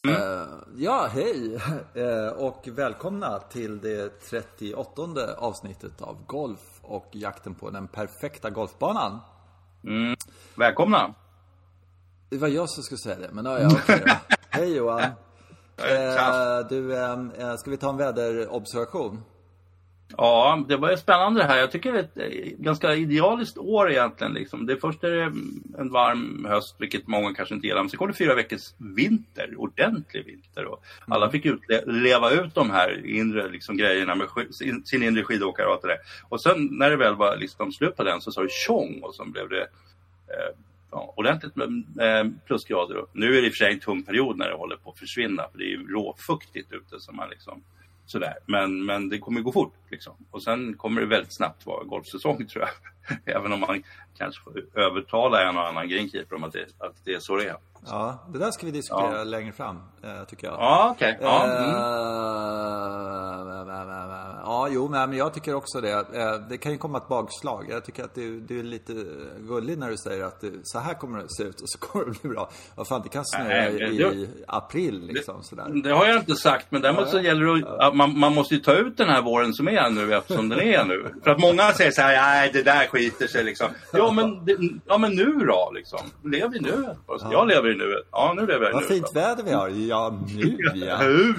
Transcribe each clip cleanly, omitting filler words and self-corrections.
Ja, hej och välkomna till det 38:e avsnittet av Golf och jakten på den perfekta golfbanan. Välkomna. Det var jag som skulle säga det, men ja, okej då. Hej Johan. Ska vi ta en väderobservation? Ja, det var ju spännande det här. Jag tycker det är ett ganska idealiskt år egentligen. Liksom. Först är det en varm höst, vilket många kanske inte gillar. Men sen kom det 4 veckors vinter, ordentlig vinter. Och alla fick leva ut de här inre liksom, grejerna med sin inre skidåkare och allt det där. Och sen när det väl var liksom, slut på den så sa det tjong och så blev det ordentligt plusgrader. Och nu är det i och för sig en tung period när det håller på att försvinna. För det är ju råfuktigt ute som man liksom... Sådär. Men det kommer gå fort liksom. Och sen kommer det väldigt snabbt vara golfsäsong tror jag. Även om man kanske får övertala en och annan greenkeeper om att det är så det är. Ja, det där ska vi diskutera längre fram, tycker jag. Ja, okej. Men jag tycker också det. Det kan ju komma ett bakslag. Jag tycker att det är lite gulligt när du säger att så här kommer det se ut och så kommer det bli bra. Vad fan, det kan snöa i april liksom, sådär. Det har jag inte sagt, men däremot så gäller det att man måste ju ta ut den här våren som är nu eftersom den är nu. För att många säger så här, nej det där skiter sig liksom. Men nu då liksom. Lever vi nu? Jag lever i nuet. Ja, nu lever jag i nuet. Vad fint väder vi har. Ja, nu ja.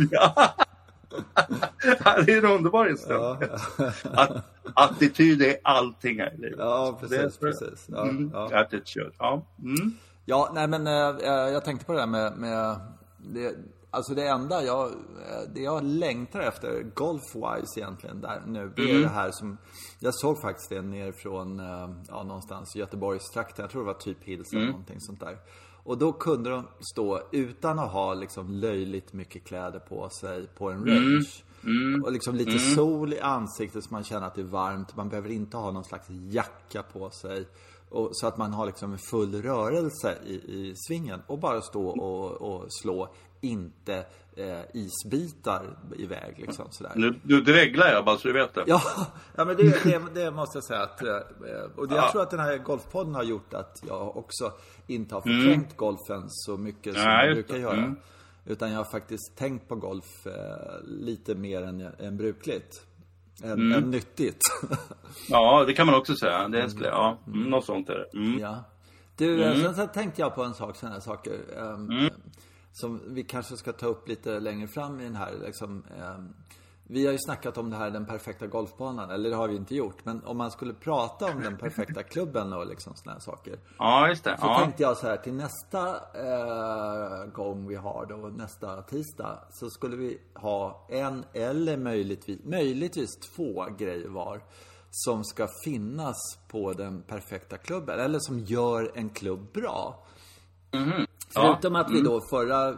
Det är en underbar inställning. Attityd är allting här i livet. Ja, precis. Attityd. Ja, nej men jag tänkte på det där med det, alltså det enda jag längtar efter golf-wise egentligen där nu, det är det här som jag såg faktiskt det ner från någonstans i Göteborgstrakten. Jag tror det var typ Hills eller någonting sånt där. Och då kunde de stå utan att ha liksom löjligt mycket kläder på sig på en range. Och liksom lite sol i ansiktet så man känner att det är varmt. Man behöver inte ha någon slags jacka på sig. Och så att man har liksom en full rörelse i svingen. Och bara stå och slå, inte isbitar iväg liksom sådär. Nu dreglar jag bara så du vet det. Ja men det måste jag säga att jag tror att den här golfpodden har gjort att jag också inte har förträngt golfen så mycket som jag brukar göra. Utan jag har faktiskt tänkt på golf lite mer än brukligt. Än nyttigt. Ja, det kan man också säga. Det är något sånt är det. Ja. Sen tänkte jag på en sak, sådana här saker som vi kanske ska ta upp lite längre fram i den här liksom, vi har ju snackat om det här, den perfekta golfbanan, eller det har vi inte gjort, men om man skulle prata om den perfekta klubben och liksom såna här saker. Ja, just det. Så tänkte jag så här, till nästa gång vi har då, nästa tisdag, så skulle vi ha en eller möjligtvis 2 grejer var som ska finnas på den perfekta klubben, eller som gör en klubb bra. Förutom att vi då förra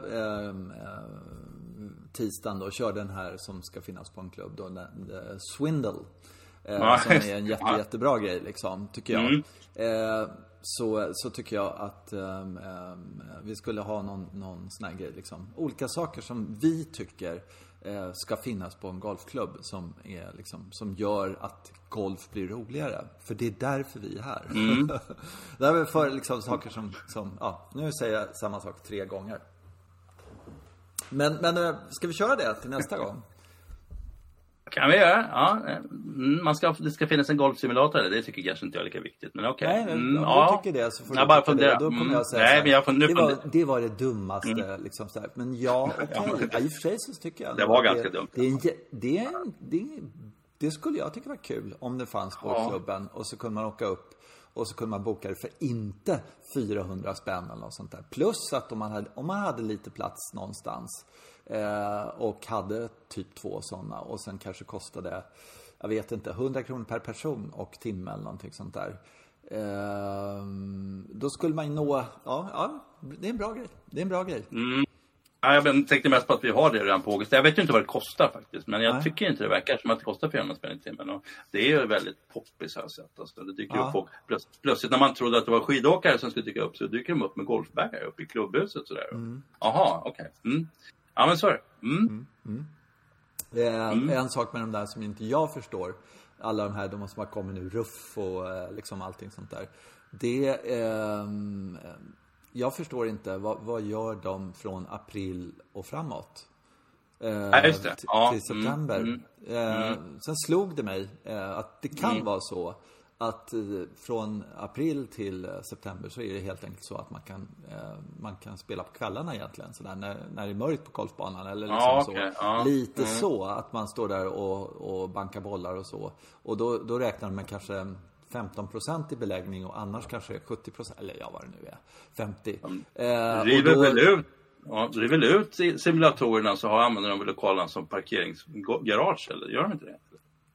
tisdagen då körde den här som ska finnas på en klubb då, Swindle, som är en jättebra grej liksom, tycker jag. Så tycker jag att vi skulle ha någon sån här grej liksom. Olika saker som vi tycker ska finnas på en golfklubb som är liksom, som gör att golf blir roligare. För det är därför vi är här. Det är för liksom saker som nu säger jag samma sak 3 gånger. Men ska vi köra det till nästa gång? Kan vi göra? Ja. Det ska finnas en golfsimulator. Det tycker jag kanske inte är lika viktigt. Men okej. Nej, men om du tycker det så får du tycka det. Då kommer jag säga det var det dummaste. Liksom, så här. Men i och för sig så tycker jag det var ganska dumt. Det skulle jag tycka var kul om det fanns på klubben. Och så kunde man åka upp. Och så kunde man boka det för inte 400 spänn eller något sånt där. Plus att om man hade lite plats någonstans och hade typ 2 sådana och sen kanske kostade, jag vet inte, 100 kronor per person och timme eller någonting sånt där. Då skulle man nå, det är en bra grej. Ja, jag tänkte mest på att vi har det redan på Augusta. Jag vet ju inte vad det kostar faktiskt. Men jag tycker inte det verkar som att det kostar 400 spänn i timmen. Och det är ju väldigt poppis här sett. Alltså, det dyker upp folk. Plötsligt när man trodde att det var skidåkare som skulle dyka upp, så dyker de upp med golfbaggar uppe i klubbhuset. Sådär. Jaha, okej. Ja, men så är det. En sak med de där som inte jag förstår. Alla de här, de som har kommit nu, ruff och liksom allting sånt där. Det jag förstår inte, vad gör de från april och framåt? Just det. Till september. Sen slog det mig att det kan vara så att från april till september så är det helt enkelt så att man kan spela på kvällarna egentligen sådär, när det är mörkt på golfbanan eller liksom så. Lite så att man står där och bankar bollar och så. Och då räknar man kanske 15% i beläggning och annars kanske 70%, eller vad det nu är, 50%. Det är väl ut simulatorerna, så använder de väl lokalerna som parkeringsgarage, eller gör de inte det?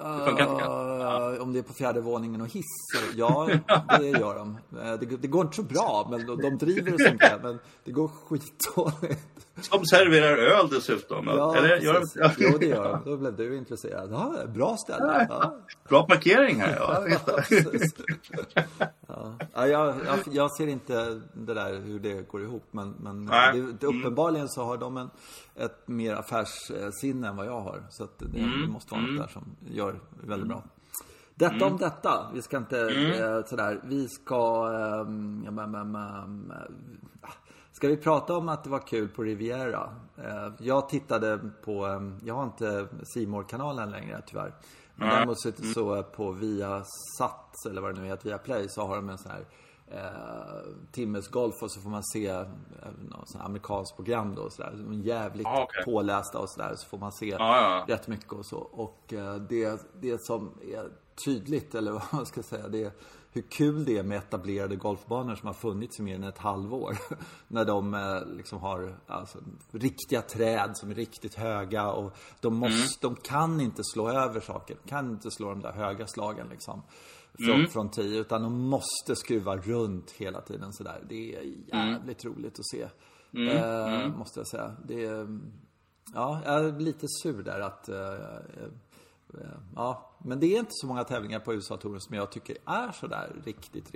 Om det är på 4:e våningen och hiss, ja, det gör de. Det går inte så bra, men de driver det som det, men det går skitdåligt. Som serverar öl dessutom. Ja, eller gör de? Jo, det gör de. Då blev du intresserad. Ja, bra ställe. Ja. Bra parkering här. Jag ser inte det där hur det går ihop, men det uppenbarligen så har de ett mer affärssinne än vad jag har, så att det måste vara något där som gör väldigt bra. Detta om detta. Vi ska inte sådär. Vi ska ska vi prata om att det var kul på Riviera? Jag tittade på, jag har inte C-More-kanalen längre tyvärr. Men däremot så på Viasat, eller vad det nu heter, Viaplay, så har de en sån här timmes golf, och så får man se något sån amerikanskt program då, så där, jävligt pålästa och sådär, så får man se rätt mycket och så. Och det som är tydligt, eller vad man ska säga, det är hur kul det är med etablerade golfbanor som har funnits i mer än ett halvår. När de liksom har riktiga träd som är riktigt höga, och de kan inte slå över saker. De kan inte slå de där höga slagen liksom från 10, utan de måste skruva runt hela tiden så där. Det är jävligt roligt att se. Måste jag säga. Det är, jag är lite sur där att men det är inte så många tävlingar på USA-touren som jag tycker är så där riktigt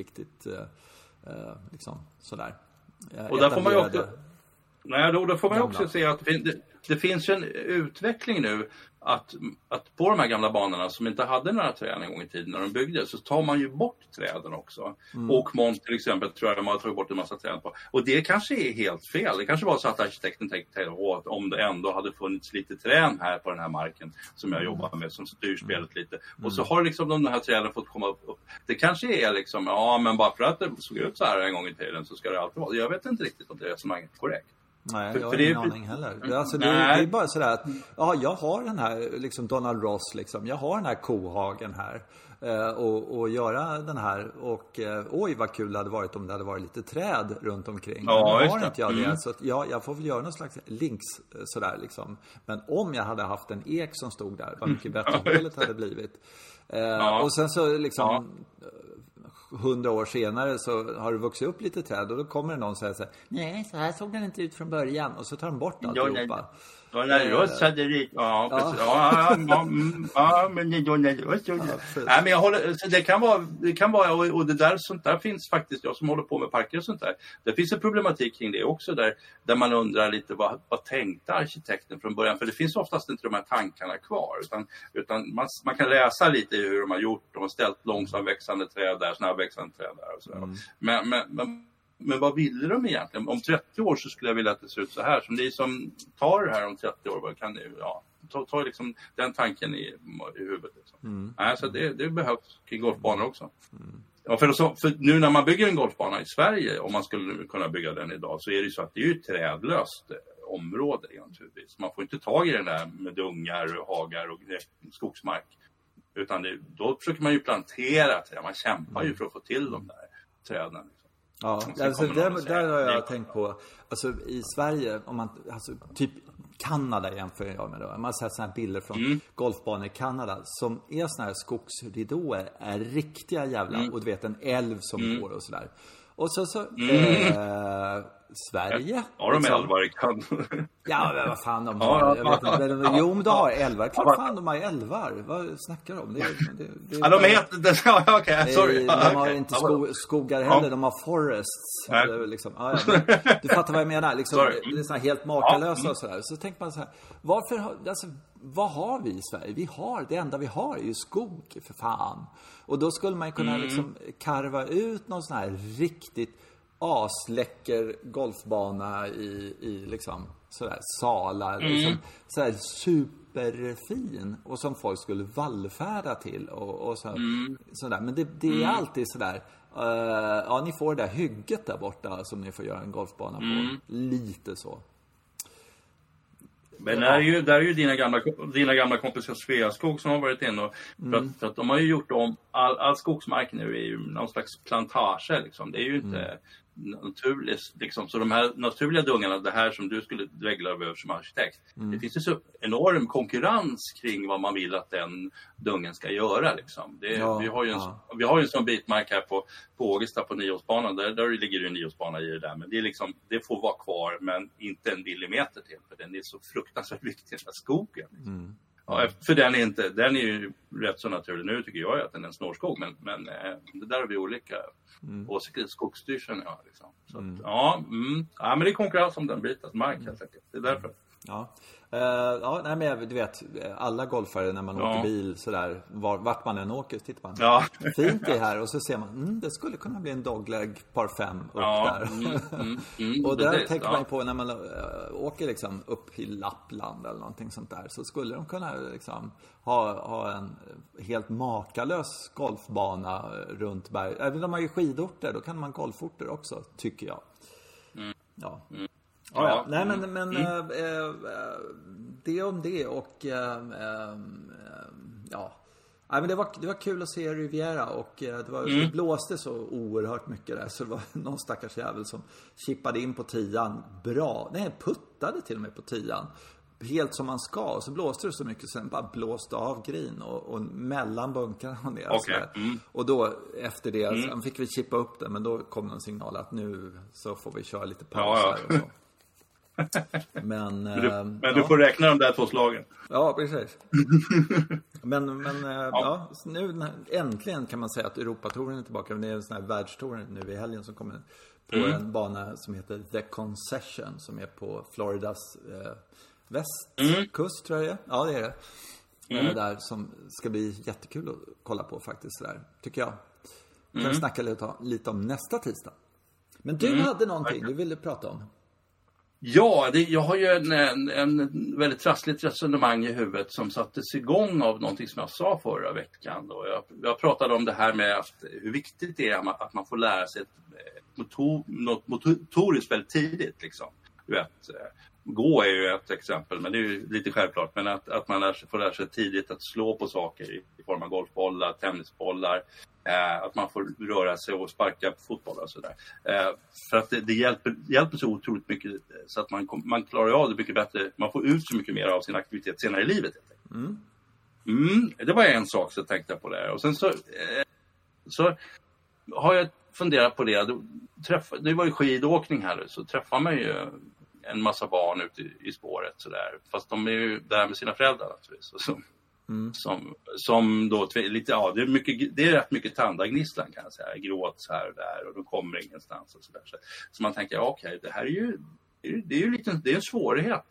liksom sådär. Och där får man ju också då får man ju också se att det finns en utveckling nu att på de här gamla banorna som inte hade några träd en gång i tiden när de byggde, så tar man ju bort träden också. Och Mont till exempel tror jag de har tagit bort en massa träd på. Och det kanske är helt fel. Det kanske var så att arkitekten tänkte att om det ändå hade funnits lite träd här på den här marken som jag jobbar med, som styr spelet lite. Och så har liksom de här träden fått komma upp. Det kanske är liksom, men bara för att det såg ut så här en gång i tiden så ska det alltid vara. Jag vet inte riktigt om det är resonemanget korrekt. Nej, jag har ingen aning heller. Alltså, det är bara sådär att jag har den här liksom Donald Ross liksom. Jag har den här kohagen här och göra den här, och oj vad kul det hade varit om det hade varit lite träd runt omkring. Men nu har inte jag det, så att jag får väl göra någon slags links sådär liksom. Men om jag hade haft en ek som stod där, vad mycket bättre spelet hade blivit. Och sen så liksom 100 år senare så har det vuxit upp lite träd, och då kommer det någon och säger så här: nej, så här såg den inte ut från början, och så tar de bort alltihopa. Donald Ross hade det. Men det Donald Ross. Nej, men jag håller, så det kan vara och det där, sånt där finns faktiskt, jag som håller på med parker och sånt där. Det finns en problematik kring det också där man undrar lite vad tänkte arkitekten från början, för det finns oftast inte de här tankarna kvar, utan man kan läsa lite hur de har gjort. De har ställt långsamt växande träd där, snabbväxande träd där och så. Men vad ville de egentligen? Om 30 år så skulle jag vilja att det ser ut så här. Som ni som tar det här om 30 år, vad kan ni, ta liksom den tanken i huvudet. Liksom. Så det behövs kring golfbanor också. Ja, för nu när man bygger en golfbana i Sverige, om man skulle kunna bygga den idag, så är det ju så att det är ju ett trädlöst område naturligtvis. Man får inte tag i den där med dungar, hagar och skogsmark. Utan då försöker man ju plantera träd. Man kämpar ju för att få till de där träden. Liksom. Ja, alltså där har jag tänkt på, alltså i Sverige, om man, alltså typ Kanada jämför jag med då. Man har sett såna här bilder från golfbanor i Kanada som är såna här skogsridåer, är riktiga jävla, och du vet en älv som går och sådär. Och så Sverige. Har de älvar i Kanada? Ja, men vad fan de har. Jag vet inte, jo, men de har älvar. Klart fan de har älvar. Vad snackar de om? De heter... Okej, sorry. De har inte skogar heller. De har forests. Liksom. Du fattar vad jag menar. Liksom, det är såna helt makalösa och sådär. Så tänker man så här. Vad har vi i Sverige? Det enda vi har är ju skog, för fan. Och då skulle man kunna liksom karva ut någon sån här riktigt asläcker golfbana i liksom sådär Sala. Liksom, sådär superfin. Och som folk skulle vallfärda till. Och sådär. Men det är alltid sådär. Ja, ni får det där hygget där borta som ni får göra en golfbana på. Lite så. Men där är ju dina gamla kompisar Sveaskog som har varit inne och för att de har ju gjort om all skogsmark nu är ju någon slags plantage liksom. Det är ju inte naturligt liksom. Så de här naturliga dungarna, det här som du skulle dregla över som arkitekt. Det finns ju så enorm konkurrens kring vad man vill att den dungen ska göra liksom. Vi har ju en sån bitmark här på Ågesta på Nyåsbanan. Där ligger det en Nyåsbana i det där. Men det är liksom, det får vara kvar men inte en millimeter till. För den är så fruktansvärt viktig, den här skogen. Liksom. Ja, för den är ju rätt så naturlig. Nu tycker jag att den är en snårskog. Men det där har vi olika åsikter. Skogsstyrelsen, ja. Liksom. Så att, men det är konkurrens om den biten mark helt enkelt. Det är därför. Nej men du vet, alla golfare när man åker bil sådär, vart man än åker så tittar man. Fint det här och så ser man, det skulle kunna bli en dogleg par 5 upp där. Och där tänker man på när man åker liksom upp i Lappland eller någonting sånt där, så skulle de kunna liksom ha en helt makalös golfbana runt berg. Även de har ju skidorter, då kan man golforter också, tycker jag. Nej men det om det och men det var kul att se Riviera och det blåste så oerhört mycket där så det var någon stackars jävel som chippade in på 10:an bra. Nej, puttade till och med på 10:an. Helt som man ska, och så blåste det så mycket sen bara blåste av green och mellan bunkarna och ner. Och då efter det sen fick vi chippa upp det, men då kom en signal att nu så får vi köra lite paus här och så. Men du får räkna de där 2 slagen. Ja, precis. men nu äntligen kan man säga att Europatouren är tillbaka. Det är en sån här världstouren nu i helgen som kommer på en bana som heter The Concession som är på Floridas västkust tror jag. Ja, det är det. Det där som ska bli jättekul att kolla på faktiskt där, tycker jag. Vi kan snacka lite om nästa tisdag. Men du hade någonting du ville prata om. Ja, jag har ju en väldigt trassligt resonemang i huvudet som sattes igång av någonting som jag sa förra veckan. Då. Jag pratade om det här med hur viktigt det är att man får lära sig något motoriskt väldigt tidigt. Liksom. Du vet, gå är ju ett exempel, men det är ju lite självklart. Men att man får lära sig tidigt att slå på saker i form av golfbollar, tennisbollar. Att man får röra sig och sparka på fotboll och sådär. För att det hjälper så otroligt mycket så att man klarar av det mycket bättre. Man får ut så mycket mer av sin aktivitet senare i livet. Det var en sak så tänkte jag på det. Och sen så har jag funderat på det. Det var ju skidåkning här, så träffar man ju en massa barn ute i spåret sådär. Fast de är ju där med sina föräldrar naturligtvis. Som då lite, det är rätt mycket tandagnisslan kan jag säga. Gråts här och där och de kommer ingenstans och sådär. Så man tänker, okej, det här är ju det är en svårighet.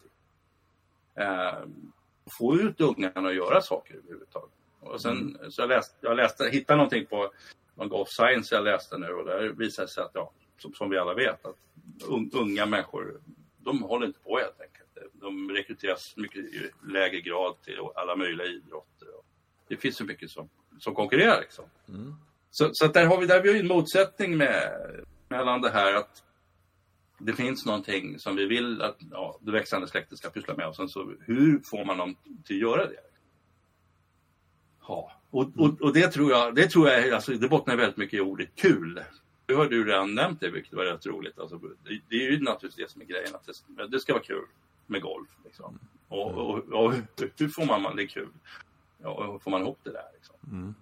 Få ut ungarna att göra saker överhuvudtaget. Och sen så jag hittade någonting på Golf Science jag läste nu och där visar sig att som vi alla vet att unga människor, de håller inte på helt enkelt. De rekryteras mycket i lägre grad till alla möjliga idrotter. Det finns så mycket som konkurrerar liksom. Så att där har vi en motsättning mellan det här att det finns någonting som vi vill att det växande släktet ska pyssla med och sen så hur får man dem till att göra det? Ja, och det tror jag alltså, det bottnar väldigt mycket i ordet kul. Du har ju redan nämnt det, vilket var rätt roligt. Alltså, det är ju naturligtvis det som är grejen, att det ska vara kul med golf. Liksom. Och hur får man det kul? Ja, hur får man ihop det där? Liksom?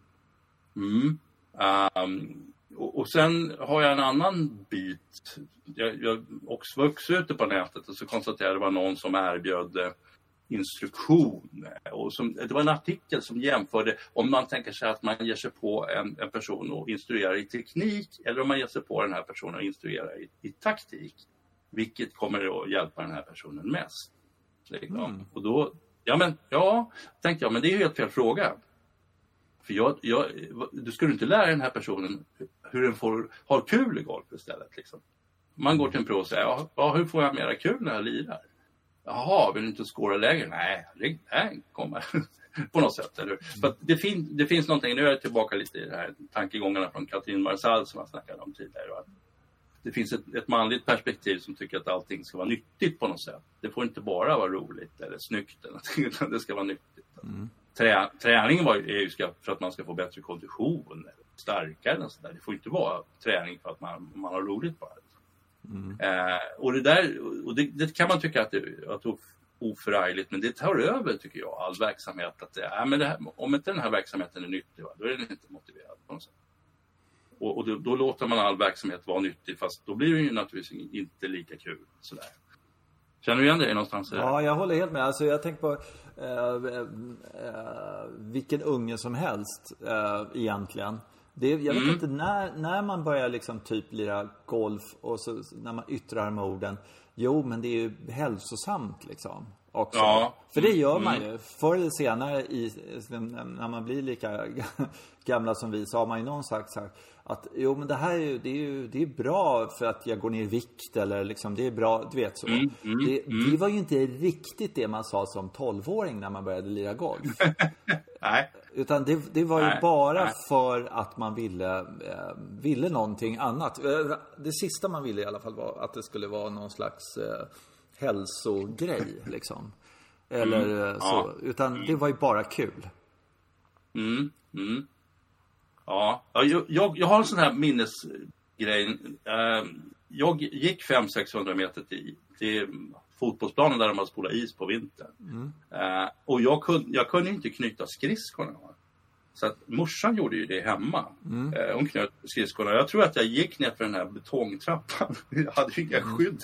Och sen har jag en annan bit. Jag också var också ute på nätet och så konstaterade det var någon som erbjöd instruktion. Och det var en artikel som jämförde om man tänker sig att man ger sig på en person och instruerar i teknik eller om man ger sig på den här personen och instruerar i taktik. Vilket kommer att hjälpa den här personen mest. Och då, tänkte jag, men det är ju helt fel fråga. För du skulle inte lära den här personen hur den får ha kul i golf istället. Liksom. Man går till en pro och säger, ja, hur får jag mera kul när jag lirar? Jaha, vill du inte skåra lägre? Nej, kommer på något sätt. Eller? För att det finns någonting, nu är jag tillbaka lite i det här tankegångarna från Katrin Marsall som jag snackade om tidigare. Att det finns ett manligt perspektiv som tycker att allting ska vara nyttigt på något sätt. Det får inte bara vara roligt eller snyggt eller någonting, utan det ska vara nyttigt. Träningen är ju för att man ska få bättre kondition eller starkare och sådär. Det får inte vara träning för att man har roligt bara. Och det där, och det kan man tycka att det är oförargligt, men det tar över tycker jag all verksamhet. Att men det här, om inte den här verksamheten är nyttig, då är den inte motiverad på något sätt. Och då låter man all verksamhet vara nyttig, fast då blir det ju naturligtvis inte lika kul sådär. Känner du igen det någonstans? Ja, jag håller helt med. Alltså, jag tänker på vilken unge som helst egentligen. Jag vet inte när man börjar liksom typ lira golf och så när man yttrar med orden, jo men det är ju hälsosamt liksom också. Ja. För det gör man ju. Förr eller senare när man blir lika gamla som vi, så har man ju någon sagt så här, att jo men det här är det är bra för att jag går ner i vikt, eller liksom det är bra, du vet så. Det var ju inte riktigt det man sa som 12-åring när man började lira golf. Nej. Utan det var ju bara för att man ville någonting annat. Det sista man ville i alla fall var att det skulle vara någon slags hälsogrej liksom. Eller så. Utan det var ju bara kul. Ja, jag har en sån här minnesgrej. Jag gick 500-600 meter till fotbollsplanen där de har spolat is på vintern. Och jag kunde inte knyta skridskorna. Så att morsan gjorde ju det hemma. Hon knöt skridskorna. Jag tror att jag gick ner för den här betongtrappan. Jag hade ju inga skydd.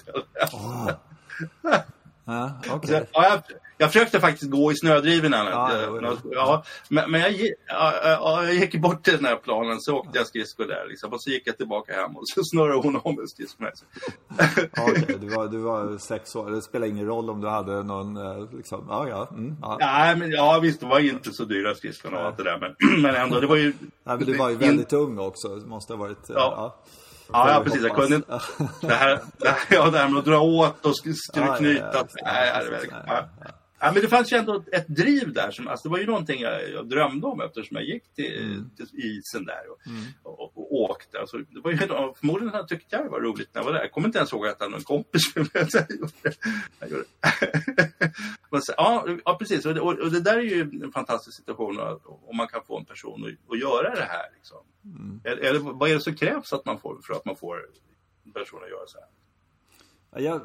Okay. Jag försökte faktiskt gå i snödriven. Men jag gick bort till den här planen, så åkte jag skridskor där liksom, och så gick jag tillbaka hem och så snurrade hon om med skridskorna. Okej, du var 6 år. Det spelar ingen roll om du hade någon liksom, Nej, men visst, det var inte så dyra skridskor och allt det där, men ändå, det var ju... Nej, men du var ju väldigt ung också, det måste ha varit... Ja, precis. Jag kunde inte... Det här med att dra åt och knyta. Men det fanns ju ändå ett driv där. Det var ju någonting jag drömde om eftersom jag gick till isen där och åkte. Alltså, det var ju, förmodligen tyckte jag det var roligt när jag var där. Jag kommer inte ens ihåg att jag hade någon kompis. Jag gjorde det. Ja, precis. Och det där är ju en fantastisk situation om man kan få en person att göra det här. Liksom. Eller vad är det som krävs för att man får en person att göra så här?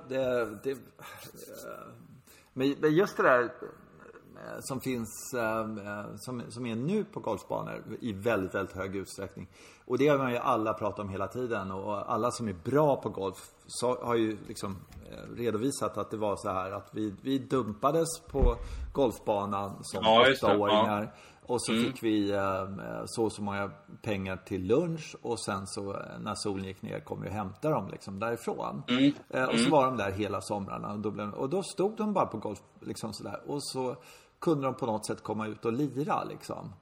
Men just det där som finns som är nu på golfbanor i väldigt, väldigt hög utsträckning. Och det har man ju alla pratat om hela tiden. Och alla som är bra på golf har ju liksom redovisat att det var så här att vi dumpades på golfbanan som 8-åringar. Och så fick vi så många pengar till lunch. Och sen så när solen gick ner kom vi och hämtade dem liksom därifrån. Och så var de där hela somrarna. Och då stod de bara på golf liksom sådär. Och så kunde de på något sätt komma ut och lira liksom.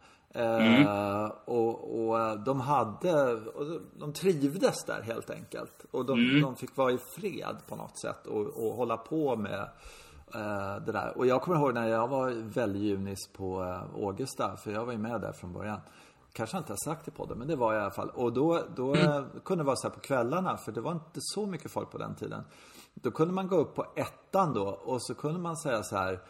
Och de trivdes där helt enkelt. Och de fick vara i fred på något sätt. Och hålla på med... det där. Och jag kommer ihåg när jag var väldigt junis på Ågesta, för jag var ju med där från början. Kanske inte har sagt det på det, men det var jag i alla fall. Och då kunde det vara så här på kvällarna, för det var inte så mycket folk på den tiden. Då kunde man gå upp på 1:an då, och så kunde man säga så här: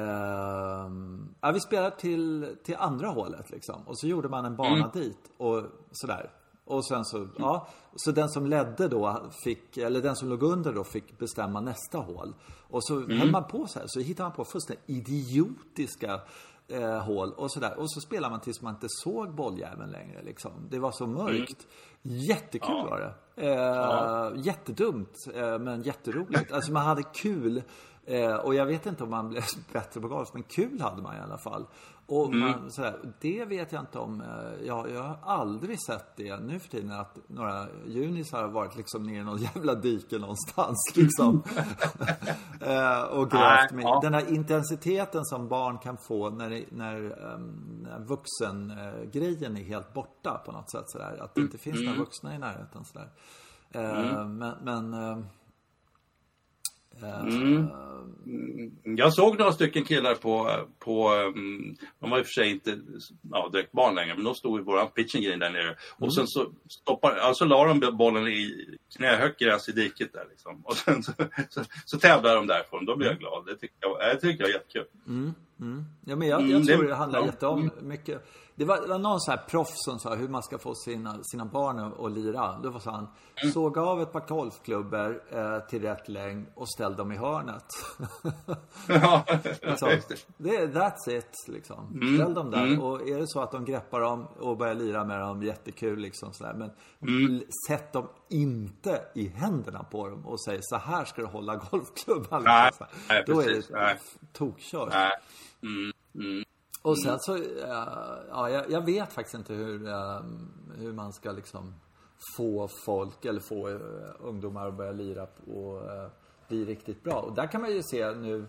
vi spelar till andra hålet liksom. Och så gjorde man en bana dit och sådär. Och sen så, så den som ledde då eller den som låg under då fick bestämma nästa hål. Och så höll man på så här, så hittade man på fullständigt idiotiska hål och sådär. Och så spelade man tills man inte såg bolljäveln längre liksom. Det var så mörkt. Jättekul var det. Jättedumt, men jätteroligt. Alltså man hade kul. Och jag vet inte om man blev bättre på golf, men kul hade man i alla fall. Och det vet jag inte om. Jag har aldrig sett det nu för tiden, att några junis har varit liksom ner i någon jävla dike någonstans liksom. Och grävt med den här intensiteten som barn kan få när vuxengrejen är helt borta på något sätt sådär. Att det inte finns några vuxna i närheten sådär. Jag såg några stycken killar på de var i och för sig inte direkt barn längre, men de stod i våran pitching green där nere. Och sen så la de bollen i knähögt gräs i diket där liksom. Och sen så tävlar de därifrån. Då blir jag glad. Det tycker jag är jättekul. Ja, men jag tror det handlar jätteom mycket. Det var någon så här proffs som sa hur man ska få sina barn att lira. Då var så han, såg av ett par golfklubbor till rätt längd och ställ dem i hörnet. Ja, liksom. That's it liksom. Ställ dem där. Och är det så att de greppar dem och börjar lira med dem, jättekul liksom sådär. Men sätt dem inte i händerna på dem och säg så här ska du hålla golfklubban. Liksom. Nej, då precis. är det tokkört. Och sen så, jag vet faktiskt inte hur man ska liksom få folk eller få ungdomar att börja lira och bli riktigt bra. Och där kan man ju se nu,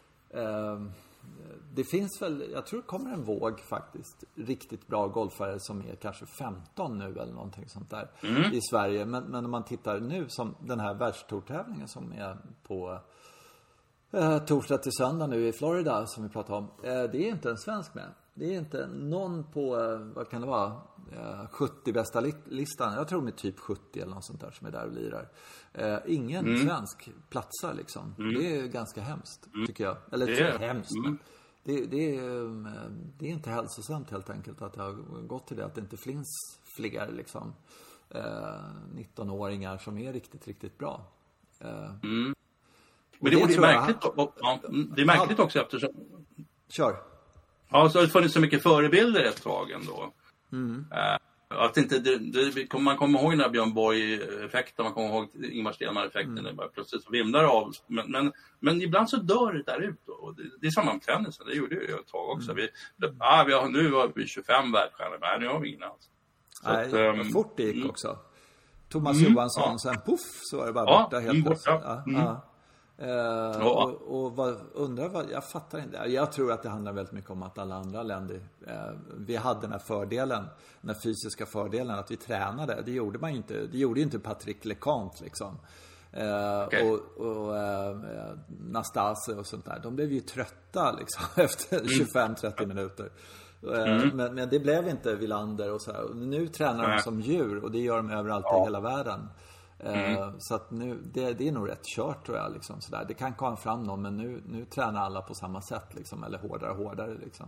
det finns väl, jag tror det kommer en våg faktiskt, riktigt bra golfare som är kanske 15 nu eller någonting sånt där i Sverige. Men om man tittar nu som den här världstourtävlingen som är på torsdag till söndag nu i Florida som vi pratade om. Det är inte en svensk med. Det är inte någon på, vad kan det vara, 70 bästa listan. Jag tror med typ 70 eller något sånt där som är där och lirar. Ingen svensk platsar liksom. Det är ganska hemskt tycker jag. Eller det är hemskt. Det är inte hälsosamt helt enkelt att det har gått till det. Att det inte finns fler liksom 19-åringar som är riktigt, riktigt bra. Men det är märkligt, det är märkligt också eftersom... Kör. Ja, så har det funnits så mycket förebilder ett tag ändå. Att inte, man kommer ihåg den här Björn Borg-effekten, man kommer ihåg Ingmar Stenmark-effekten, det bara plötsligt så vimlar av. Men ibland så dör det där ut. Och det är samma med tennisen, det gjorde jag ett tag också. Nu var vi 25 världsstjärnor, men nu har vi ingen alls. Nej, fort det gick också. Thomas Johansson, sen puff, så var det bara borta helt plötsligt. Jag fattar inte. Jag tror att det handlar väldigt mycket om att alla andra länder vi hade den här fördelen, den här fysiska fördelen att vi tränade. Det gjorde man ju inte. Det gjorde ju inte Patrick Lecomte liksom. Och Nastase och sånt där. De blev ju trötta liksom efter 25-30 minuter. Men det blev inte Wilander och så här. Och nu tränar de som djur och det gör de överallt i hela världen. Så att nu det är nog rätt kört tror jag liksom, sådär. Det kan komma fram någon, men nu tränar alla på samma sätt liksom, eller hårdare liksom.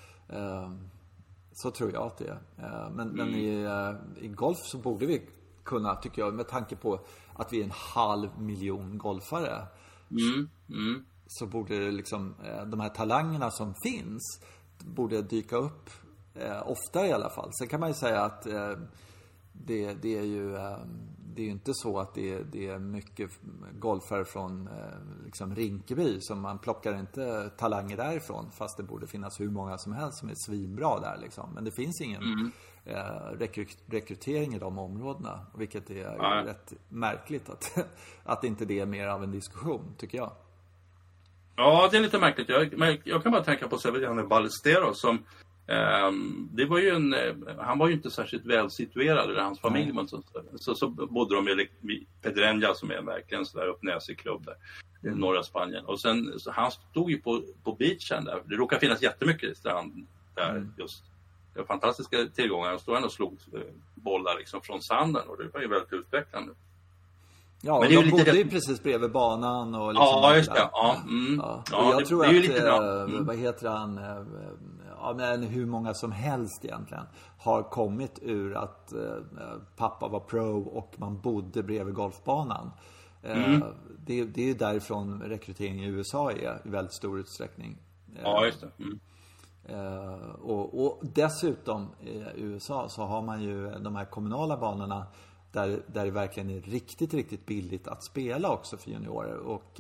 Så tror jag att det är. Men i golf så borde vi kunna, tycker jag, med tanke på att vi är 500 000 golfare. Så borde det liksom de här talangerna som finns borde dyka upp oftare i alla fall. Sen kan man ju säga att det är ju inte så att det är mycket golfare från liksom Rinkeby som man plockar inte talanger därifrån, fast det borde finnas hur många som helst som är svinbra där liksom. Men det finns ingen rekrytering i de områdena, vilket är rätt märkligt att inte det är mer av en diskussion, tycker jag. Ja, det är lite märkligt. Jag kan bara tänka på Severiano Ballesteros som det var ju han var ju inte särskilt väl situerad i hans familj, men så bodde de i Pedreña som är verkligen så där uppnäsig klubb där i norra Spanien. Och sen så han stod ju på beachen där. Det råkar finnas jättemycket strand där just. Det var fantastiska tillgångar. Han stod och slog bollar liksom från sanden och det var ju väldigt utvecklande. Ja, men de bodde ju precis bredvid banan och liksom. Ja, just det. Och jag tror att vad heter han? Men hur många som helst egentligen har kommit ur att pappa var pro och man bodde bredvid golfbanan. Det är ju därifrån rekrytering i USA är i väldigt stor utsträckning. Ja, just det. Och dessutom i USA så har man ju de här kommunala banorna där det verkligen är riktigt, riktigt billigt att spela också för juniorer. Och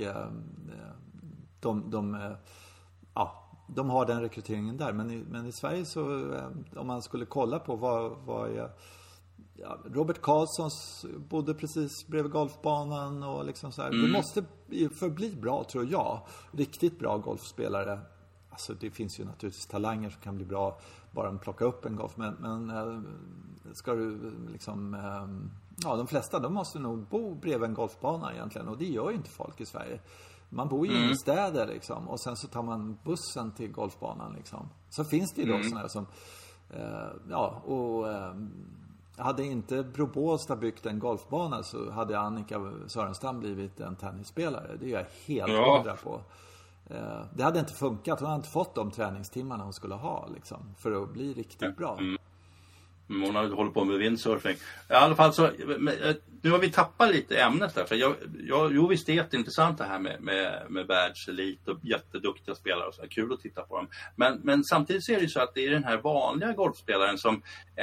de har den rekryteringen där. Men i Sverige så, om man skulle kolla på vad är... Robert Karlssons bodde precis bredvid golfbanan och liksom så här. Det måste förbli bra, tror jag. Riktigt bra golfspelare. Alltså det finns ju naturligtvis talanger som kan bli bra bara de plockar upp en golf. Men ska du liksom de flesta, de måste nog bo bredvid en golfbana egentligen, och det gör ju inte folk i Sverige. Man bor ju i städer liksom, och sen så tar man bussen till golfbanan liksom. Så finns det ju då sådana här som hade inte Bro Båstad byggt en golfbana så hade Annika Sörenstam blivit en tennisspelare. Det är jag helt hundra på. Det hade inte funkat. Hon hade inte fått de träningstimmarna hon skulle ha liksom, för att bli riktigt bra. Hon hade hållit på med windsurfing. I alla fall så, nu har vi tappat lite ämnet där. För visst det är jätteintressant det här med världselit och jätteduktiga spelare och så. Kul att titta på dem. Men samtidigt så är det ju så att det är den här vanliga golfspelaren som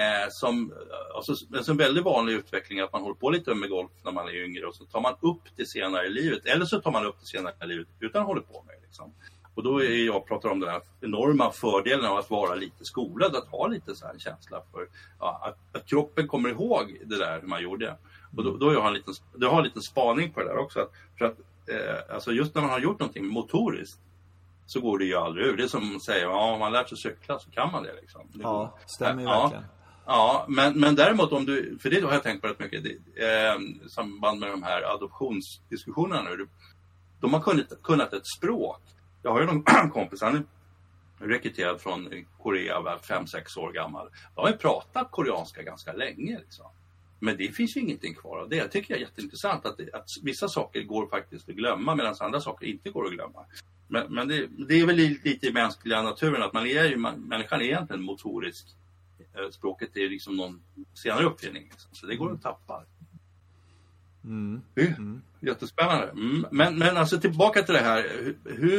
en väldigt vanlig utveckling att man håller på lite med golf när man är yngre och så tar man upp det senare i livet. Eller så tar man upp det senare i livet utan att hålla på med det liksom. Och då är jag pratar om den här enorma fördelen av att vara lite skolad, att ha lite så här känsla för att kroppen kommer ihåg det där man gjorde. Och då jag har en liten spaning på det där också. Alltså just när man har gjort någonting motoriskt så går det ju aldrig ur. Det är som att säga, om man lärt sig cykla så kan man det liksom. Stämmer ju verkligen. Ja, men däremot för det har jag tänkt på rätt mycket i samband med de här adoptionsdiskussionerna nu. De har kunnat ett språk. Jag har ju någon kompis, han är rekryterad från Korea, 5-6 år gammal. De har ju pratat koreanska ganska länge liksom. Men det finns ju ingenting kvar av det. Jag tycker det är jätteintressant att vissa saker går faktiskt att glömma medan andra saker inte går att glömma. Men det är väl lite i mänskliga naturen att människan är egentligen motorisk. Språket är liksom någon senare uppfinning. Liksom. Så det går att tappa. Jättespännande. Men alltså tillbaka till det här.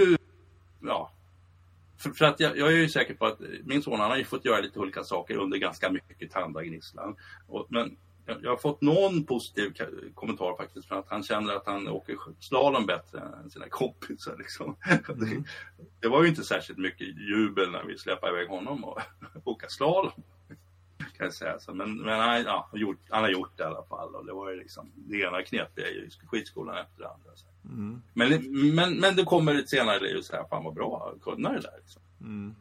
För att jag är ju säker på att min son, han har ju fått göra lite olika saker under ganska mycket tandagnisslan. Men jag har fått någon positiv kommentar faktiskt för att han känner att han åker slalom bättre än sina kompisar liksom. Det var ju inte särskilt mycket jubel när vi släppte iväg honom och åka slalom. Kan jag säga så. Men han har gjort det i alla fall, och det var ju liksom det ena knepiga i skitskolan efter det andra så. Men det kommer ett senare liv så här, fan vad bra kunna det där liksom.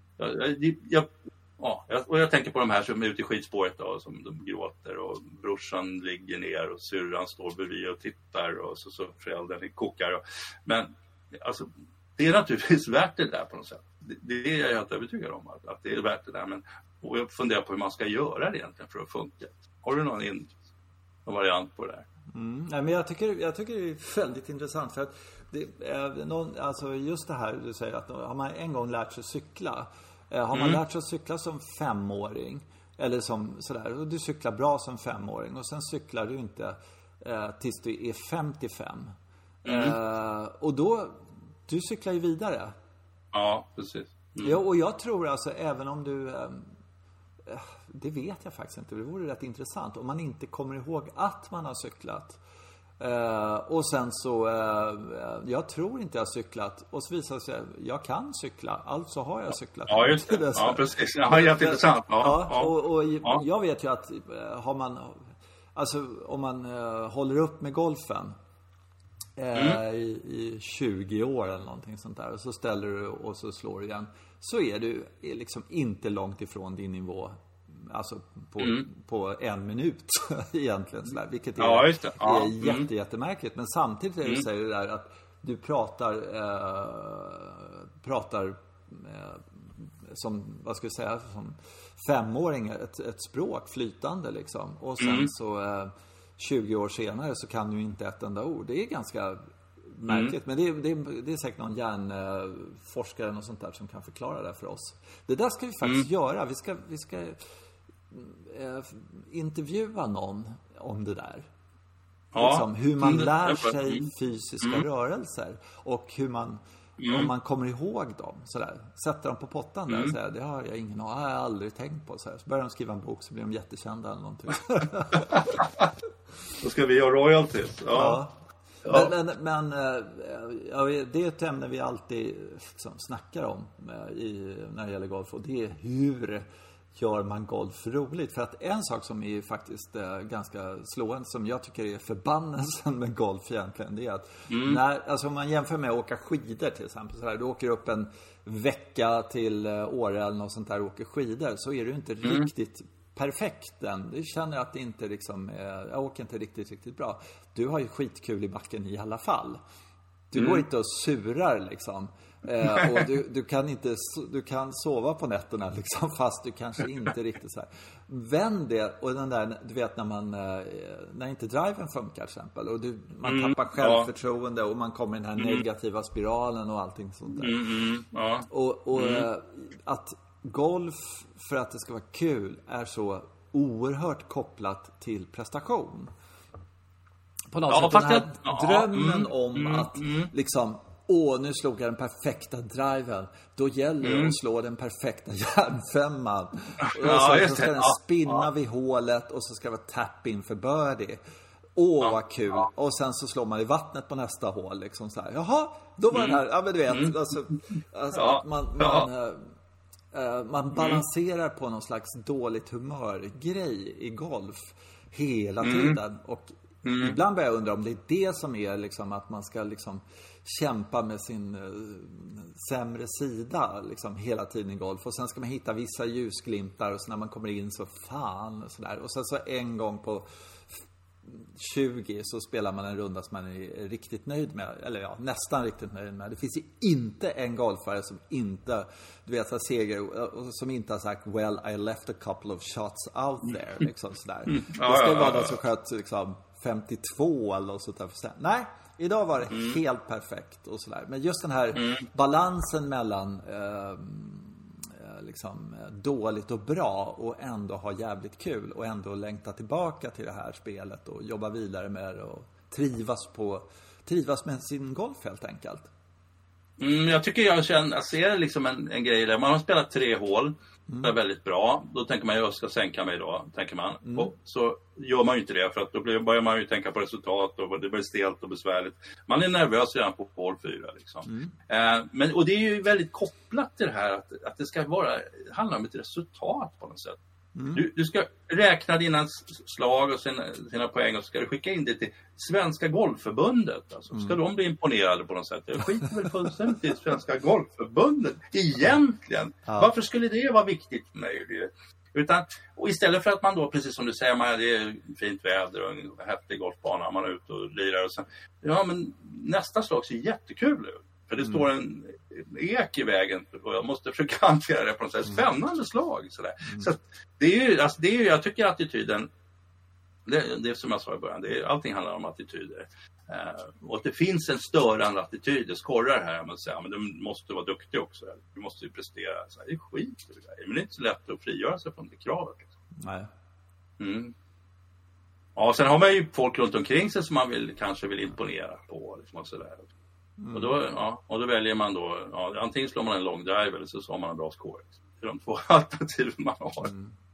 Jag tänker på de här som är ute i skidspåret då, som de gråter och brorsan ligger ner och syrran står bredvid och tittar och så föräldern kokar men alltså det är naturligtvis värt det där på något sätt. Det är jag helt övertygad om att det är värt det där, och jag funderar på hur man ska göra det egentligen för att funka. Har du någon variant på det där? Nej, men jag tycker det är väldigt intressant för att det är alltså just det här du säger att har man en gång lärt sig cykla, har man lärt sig cykla som 5-åring eller som sådär, och du cyklar bra som 5-åring och sen cyklar du inte tills du är 55 och då du cyklar ju vidare. Ja, precis. Ja, och jag tror alltså även om du det vet jag faktiskt inte. Det vore rätt intressant om man inte kommer ihåg att man har cyklat. Och sen så jag tror inte jag har cyklat, och så visar det sig jag kan cykla, alltså har jag cyklat. Ja, just det. Ja, precis. Ja, jätteintressant. Och jag vet ju att har man alltså om man håller upp med golfen i 20 år eller någonting sånt där, och så ställer du och så slår du igen, så är du liksom inte långt ifrån din nivå, alltså på 1 minut egentligen sådär, vilket är jättemärkligt. Men samtidigt är det så det där att du pratar som, vad ska jag säga, som 5-åring ett språk flytande liksom, och sen så 20 år senare så kan du inte ett enda ord. Det är ganska märkligt. Men det är säkert någon hjärnforskare och sånt där som kan förklara det för oss. Det där ska vi faktiskt göra. Vi ska intervjua någon om det där. Liksom, hur man lär sig fysiska rörelser och hur man om man kommer ihåg dem sådär, sätter dem på pottan där och säger, det har jag ingen aning, har jag aldrig tänkt på sådär. Så börjar de skriva en bok så blir de jättekända eller någonting. Då ska vi göra royalties. Men det är ett ämne vi alltid liksom snackar om när det gäller golf, och det är hur gör man golf roligt. För att en sak som är faktiskt ganska slående, som jag tycker är förbannelsen med golf egentligen, det är att alltså om man jämför med att åka skidor till exempel så här, du åker upp en vecka till Åre eller något sånt där och åker skidor, så är du inte riktigt perfekten. Det känner jag att det inte liksom, jag åker inte riktigt bra. Du har ju skitkul i backen i alla fall. Du går inte och surar liksom. Och du kan sova på nätterna liksom, fast du kanske inte riktigt så här. Vänd det, och den där, du vet när inte driven funkar till exempel, och man tappar självförtroende och man kommer i den här negativa spiralen och allting sånt där. Och att golf, för att det ska vara kul, är så oerhört kopplat till prestation. På något sätt den här drömmen om att liksom, nu slog jag den perfekta driven. Då gäller det att slå den perfekta järnfemman. Och så ska den spinna vid hålet, och så ska det vara tap in för birdie. Vad kul. Och sen så slår man i vattnet på nästa hål liksom så här. Jaha, då var det här. Ja, men du vet, alltså att man balanserar på någon slags dåligt humör-grej i golf hela tiden. Och ibland börjar jag undra om det är det som är liksom, att man ska liksom kämpa med sin sämre sida liksom hela tiden i golf, och sen ska man hitta vissa ljusglimtar, och så när man kommer in så fan och sådär, och sen så en gång på 20 så spelar man en runda som man är riktigt nöjd med, eller nästan riktigt nöjd med. Det finns ju inte en golfare som inte, du vet, seger, och som inte har sagt well, I left a couple of shots out there liksom sådär. Det ska vara någon som sköt liksom 52 eller något sånt där. Nej, idag var det helt perfekt och sådär. Men just den här balansen mellan liksom dåligt och bra, och ändå ha jävligt kul, och ändå längta tillbaka till det här spelet och jobba vidare med det och trivas med sin golf helt enkelt. Jag tycker jag ser liksom en grej där man har spelat 3 hål. Det är väldigt bra. Då tänker man, jag ska sänka mig då, tänker man. Och så gör man ju inte det, för att då börjar man ju tänka på resultat, och det blir stelt och besvärligt. Man är nervös redan på hål 4 liksom. Och det är ju väldigt kopplat till det här att det ska handla om ett resultat på något sätt. Du ska räkna dina slag och sina poäng, och så ska du skicka in det till Svenska Golfförbundet. Alltså. Ska de bli imponerade på något sätt? Jag skiter väl fullständigt i Svenska Golfförbundet egentligen. Varför skulle det vara viktigt för mig? Och istället för att man då, precis som du säger, det är fint väder och en häftig golfbana, man är ute och lirar och sen, men nästa slag ser jättekul ut. För det står en ek i vägen, och jag måste försöka hantera det på något sätt. Spännande slag. Sådär. Så det är ju, jag tycker attityden, det är som jag sa i början, allting handlar om attityder. Och att det finns en störande attityd, det skorrar här, man säger, men du måste vara duktig också. Du måste ju prestera. Så här, det är skit. Men det är inte så lätt att frigöra sig från det kravet. Liksom. Nej. Ja, sen har man ju folk runt omkring sig som man kanske vill imponera på. Liksom, och sådär. Och då väljer man då, antingen slår man en long drive eller så har man en bra score. Det är de 2 alternativ man har.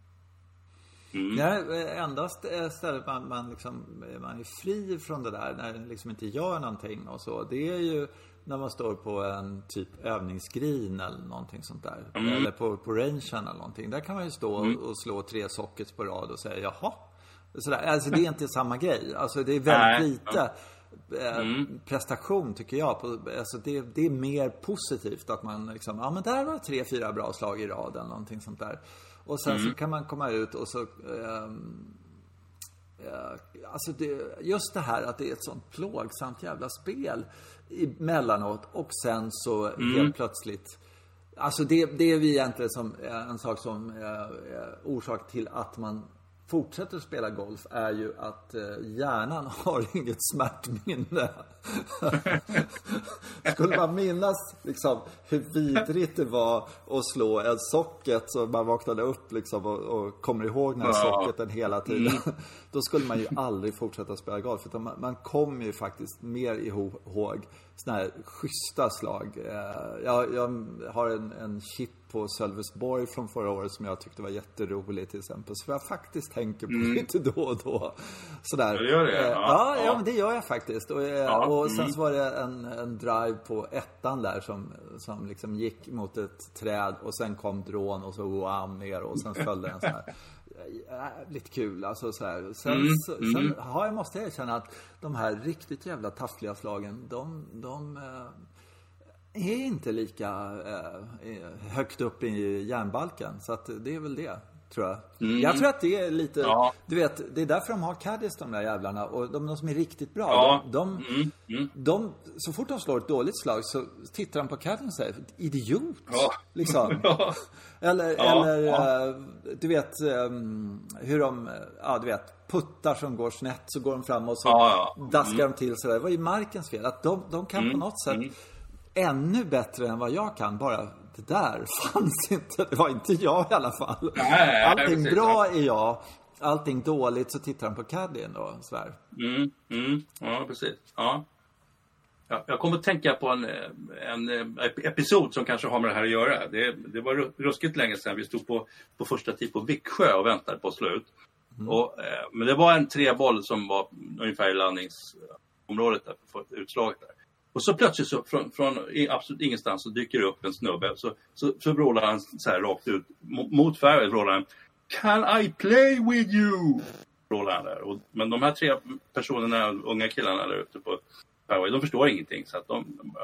Endast stället man är fri från det där, när det liksom inte gör någonting och så, det är ju när man står på en typ övningsgreen eller någonting sånt där, eller på rangen eller någonting. Där kan man ju stå och slå 3 sockets på rad och säga jaha, sådär. Alltså det är inte samma grej, alltså det är väldigt lite prestation tycker jag alltså det är mer positivt att man liksom, men där var 3-4 bra slag i rad eller någonting sånt där, och sen så kan man komma ut och så alltså just det här att det är ett sånt plågsamt jävla spel emellanåt, och sen så helt plötsligt, alltså det är vi egentligen som en sak som orsak till att man fortsätter spela golf, är ju att hjärnan har inget smärtminne. Skulle man minnas liksom hur vidrigt det var att slå en socket så man vaknade upp liksom och kommer ihåg den här socketen hela tiden, då skulle man ju aldrig fortsätta spela golf, utan man kommer ju faktiskt mer ihåg såna här schyssta slag. Jag har en chip på Sölvesborg från förra året som jag tyckte var jätterolig till exempel, så jag faktiskt tänker på lite då och då. Sådär. Du gör det? Ja, men det gör jag faktiskt. Och sen så var det en drive på 1:an där som liksom gick mot ett träd, och sen kom drån och så wham ner, och sen följde en sån här jävligt kul alltså så här. Sen måste jag erkänna att de här riktigt jävla taffliga slagen, de är inte lika högt upp i järnbalken, så att det är väl det. tror jag. Jag tror att det är lite... Ja. Du vet, det är därför de har caddies, de där jävlarna. Och de som är riktigt bra. Ja. De, så fort de slår ett dåligt slag så tittar de på caddien och säger idiot, liksom. Eller du vet hur de... Ja, du vet, puttar som går snett, så går de fram och så daskar de till sig. Det var ju markens fel. Att de kan på något sätt ännu bättre än vad jag kan. Bara det där fanns inte. Det var inte jag i alla fall. Nej, allting bra är jag. Allting dåligt så tittar de på caddien då, svär. Ja, precis. Ja. Jag kommer att tänka på en episod som kanske har med det här att göra. Det var ruskigt länge sedan. Vi stod på första tid på Viksjö och väntade på slut. Men det var en 3-boll som var ungefär i landningsområdet där, för utslaget där. Och så plötsligt så från absolut ingenstans så dyker det upp en snubbe. Så vrålar han så här rakt ut mot färgen, vrålar han: "Can I play with you?" Vrålar han där. Men de här 3 personerna, unga killarna där ute på Paraguay, de förstår ingenting. Så att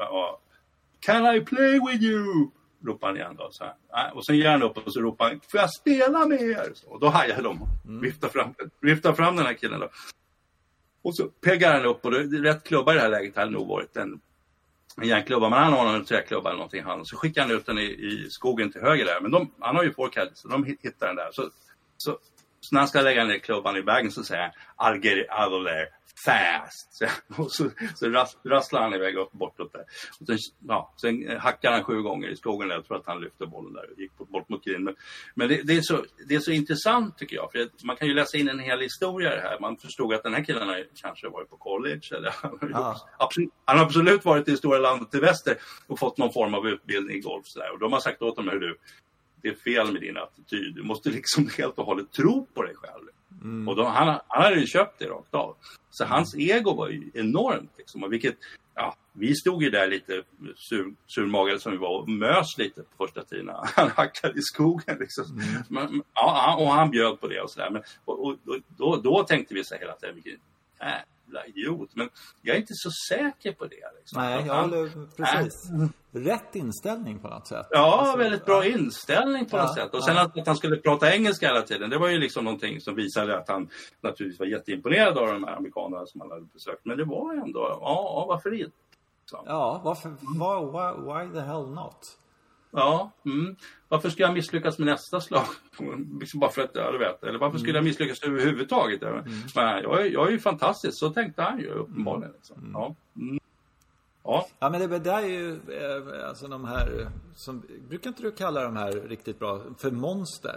"Can I play with you?" ropar han igen då, så här. Och sen ger han upp och så ropar han: "Får jag spela med er?" Och då hajar de och viftar fram den här killen då. Och så peggar han upp, och det är rätt klubba i det här läget hade nog varit en järnklubba, men han har en träklubba eller någonting. Så skickar han ut den i skogen till höger där. Men han har ju forecad, så de hittar den där. Så när han ska lägga ner klubban i bagen så säger han: "I'll get it out of there fast." Och så rasslar han iväg bortåt där. Och sen hackar han 7 gånger i skogen. Jag tror att han lyfte bollen där och gick bort mot green. Men det är så intressant, tycker jag. För man kan ju läsa in en hel historia i det här. Man förstod att den här killen har kanske varit på college. Eller han har absolut varit i det stora landet till väster och fått någon form av utbildning i golf. Så där. Och de har sagt åt honom: det är fel med din attityd. Du måste liksom helt och hållet tro på dig själv. Och han hade ju köpt det rakt av. Så hans ego var ju enormt. Liksom. Och vi stod ju där lite surmagade som vi var och mös lite på första tiden. Han hackade i skogen. Liksom. Men, och han bjöd på det och sådär. Då tänkte vi så hela tiden: vilken idiot. Men jag är inte så säker på det. Liksom. Nej, jag håller precis. Rätt inställning på något sätt. Ja, alltså, väldigt bra inställning på något sätt. Och sen att han skulle prata engelska hela tiden, det var ju liksom någonting som visade att han naturligtvis var jätteimponerad av de här amerikanerna som han hade besökt. Men det var ändå, varför inte? Så. Ja, why the hell not? Ja, varför skulle jag misslyckas med nästa slag? Bara för att, du vet. Eller varför skulle jag misslyckas överhuvudtaget? Men jag är ju fantastisk, så tänkte han ju uppenbarligen. Liksom. Ja, men det där är ju alltså de här som, brukar inte du kalla de här riktigt bra för monster?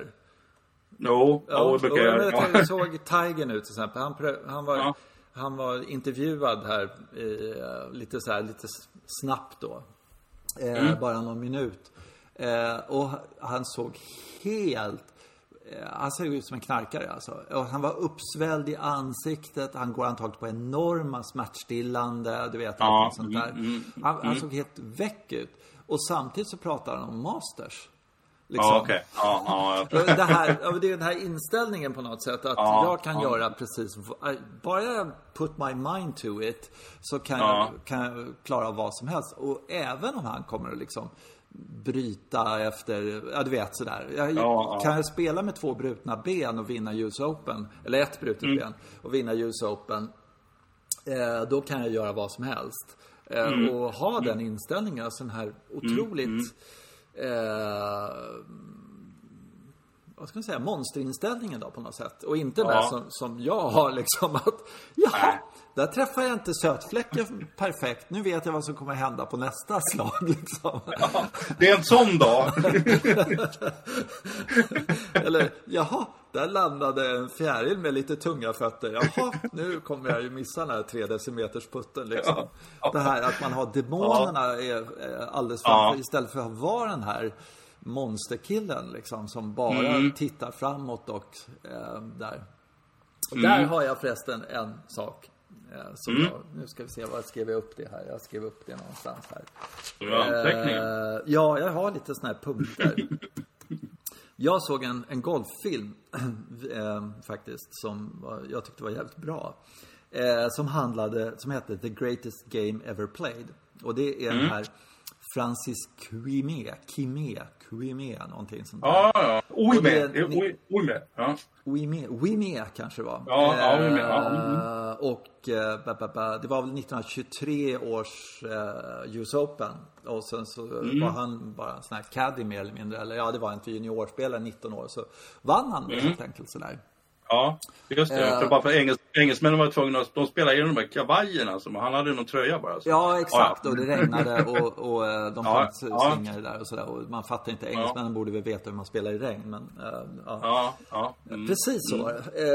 Jag såg Tiger nu till exempel. Han var intervjuad här lite snabbt då. Bara någon minut. Och han såg han såg ut som en knarkare alltså. Och han var uppsvälld i ansiktet. Han går antagligen på enorma smärtstillande. Du vet, sånt där. Han såg helt väck ut. Och samtidigt så pratar han om masters. Liksom. Okay. Det är den här inställningen på något sätt. Att jag kan göra precis. Bara jag put my mind to it, så kan jag klara vad som helst. Och även om han kommer att liksom bryta efter, du vet sådär. Kan jag spela med 2 brutna ben och vinna US Open, eller 1 brutet ben och vinna US Open, då kan jag göra vad som helst. Och ha den inställningen, alltså den här otroligt vad ska man säga, monsterinställningen då på något sätt. Och inte det som jag har liksom att där träffar jag inte sötfläcken perfekt. Nu vet jag vad som kommer hända på nästa slag liksom. Det är en sån dag. Eller där landade en fjäril med lite tunga fötter. Nu kommer jag ju missa den här 3 decimeters putten liksom. Det här att man har demonerna är alldeles framför, istället för att vara den här monsterkillen liksom, som bara tittar framåt och där. Och där har jag förresten en sak som nu ska vi se, vad skrev jag upp det här? Jag skrev upp det någonstans här. Jag har lite såna här punkter. Jag såg en golffilm faktiskt som jag tyckte var jävligt bra. Som hette The Greatest Game Ever Played. Och det är den här Francis Ouimet, någonting sånt där. Ja. Ouimet kanske var. Ja, Ouimet. Och det var väl 1923 års US Open. Och sen så var han bara en sån här caddy mer eller mindre. Eller ja, det var inte juniorspelare, 19 år. Så vann han helt enkelt sådär. Ja, just det. För bara för engelsmännen var tvungna att de spelade i de här kavajerna. Så han hade någon tröja bara. Så. Ja, exakt. Och det regnade och de fanns slingare där och sådär. Och man fattar inte. Engelsmännen borde väl veta hur man spelar i regn. Men, precis så.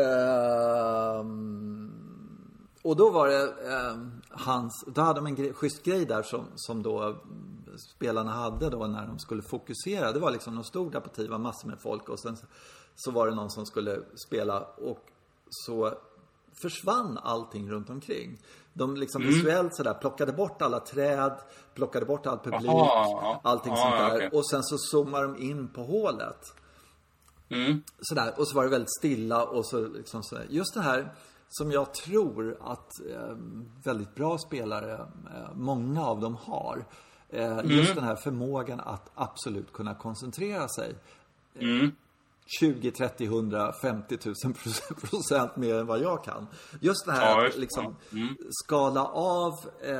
Och då var det då hade de en schysst grej där som då spelarna hade då när de skulle fokusera. Det var liksom, de stod där på tid, var massor med folk och sen så var det någon som skulle spela och så försvann allting runt omkring. De liksom visuellt sådär plockade bort alla träd, plockade bort all publik, allting sånt där. Okay. Och sen så zoomar de in på hålet. Sådär, och så var det väldigt stilla och så liksom sådär. Just det här som jag tror att väldigt bra spelare, många av dem har. Just den här förmågan att absolut kunna koncentrera sig. 20, 30, 100, 50 000% mer än vad jag kan. Just det här att liksom skala av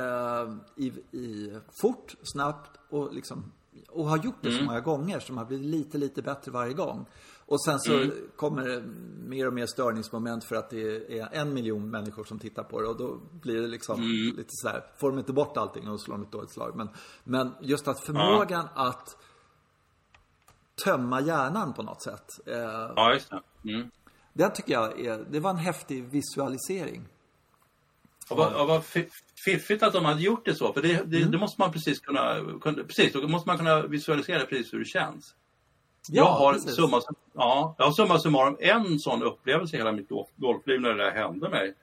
i fort, snabbt och liksom, och har gjort det så många gånger som har blivit lite bättre varje gång. Och sen så kommer det mer och mer störningsmoment för att det är 1 miljon människor som tittar på det. Och då blir det liksom lite så här, får de inte bort allting och slår de ett dåligt slag. Men just att förmågan att tömma hjärnan på något sätt. Just det. Det tycker jag det var en häftig visualisering. Och vad fiffigt att de hade gjort det så. För det måste man precis kunna då måste man kunna visualisera precis hur det känns. Jag har summa summarum en sån upplevelse i hela mitt golfliv när det där hände mig.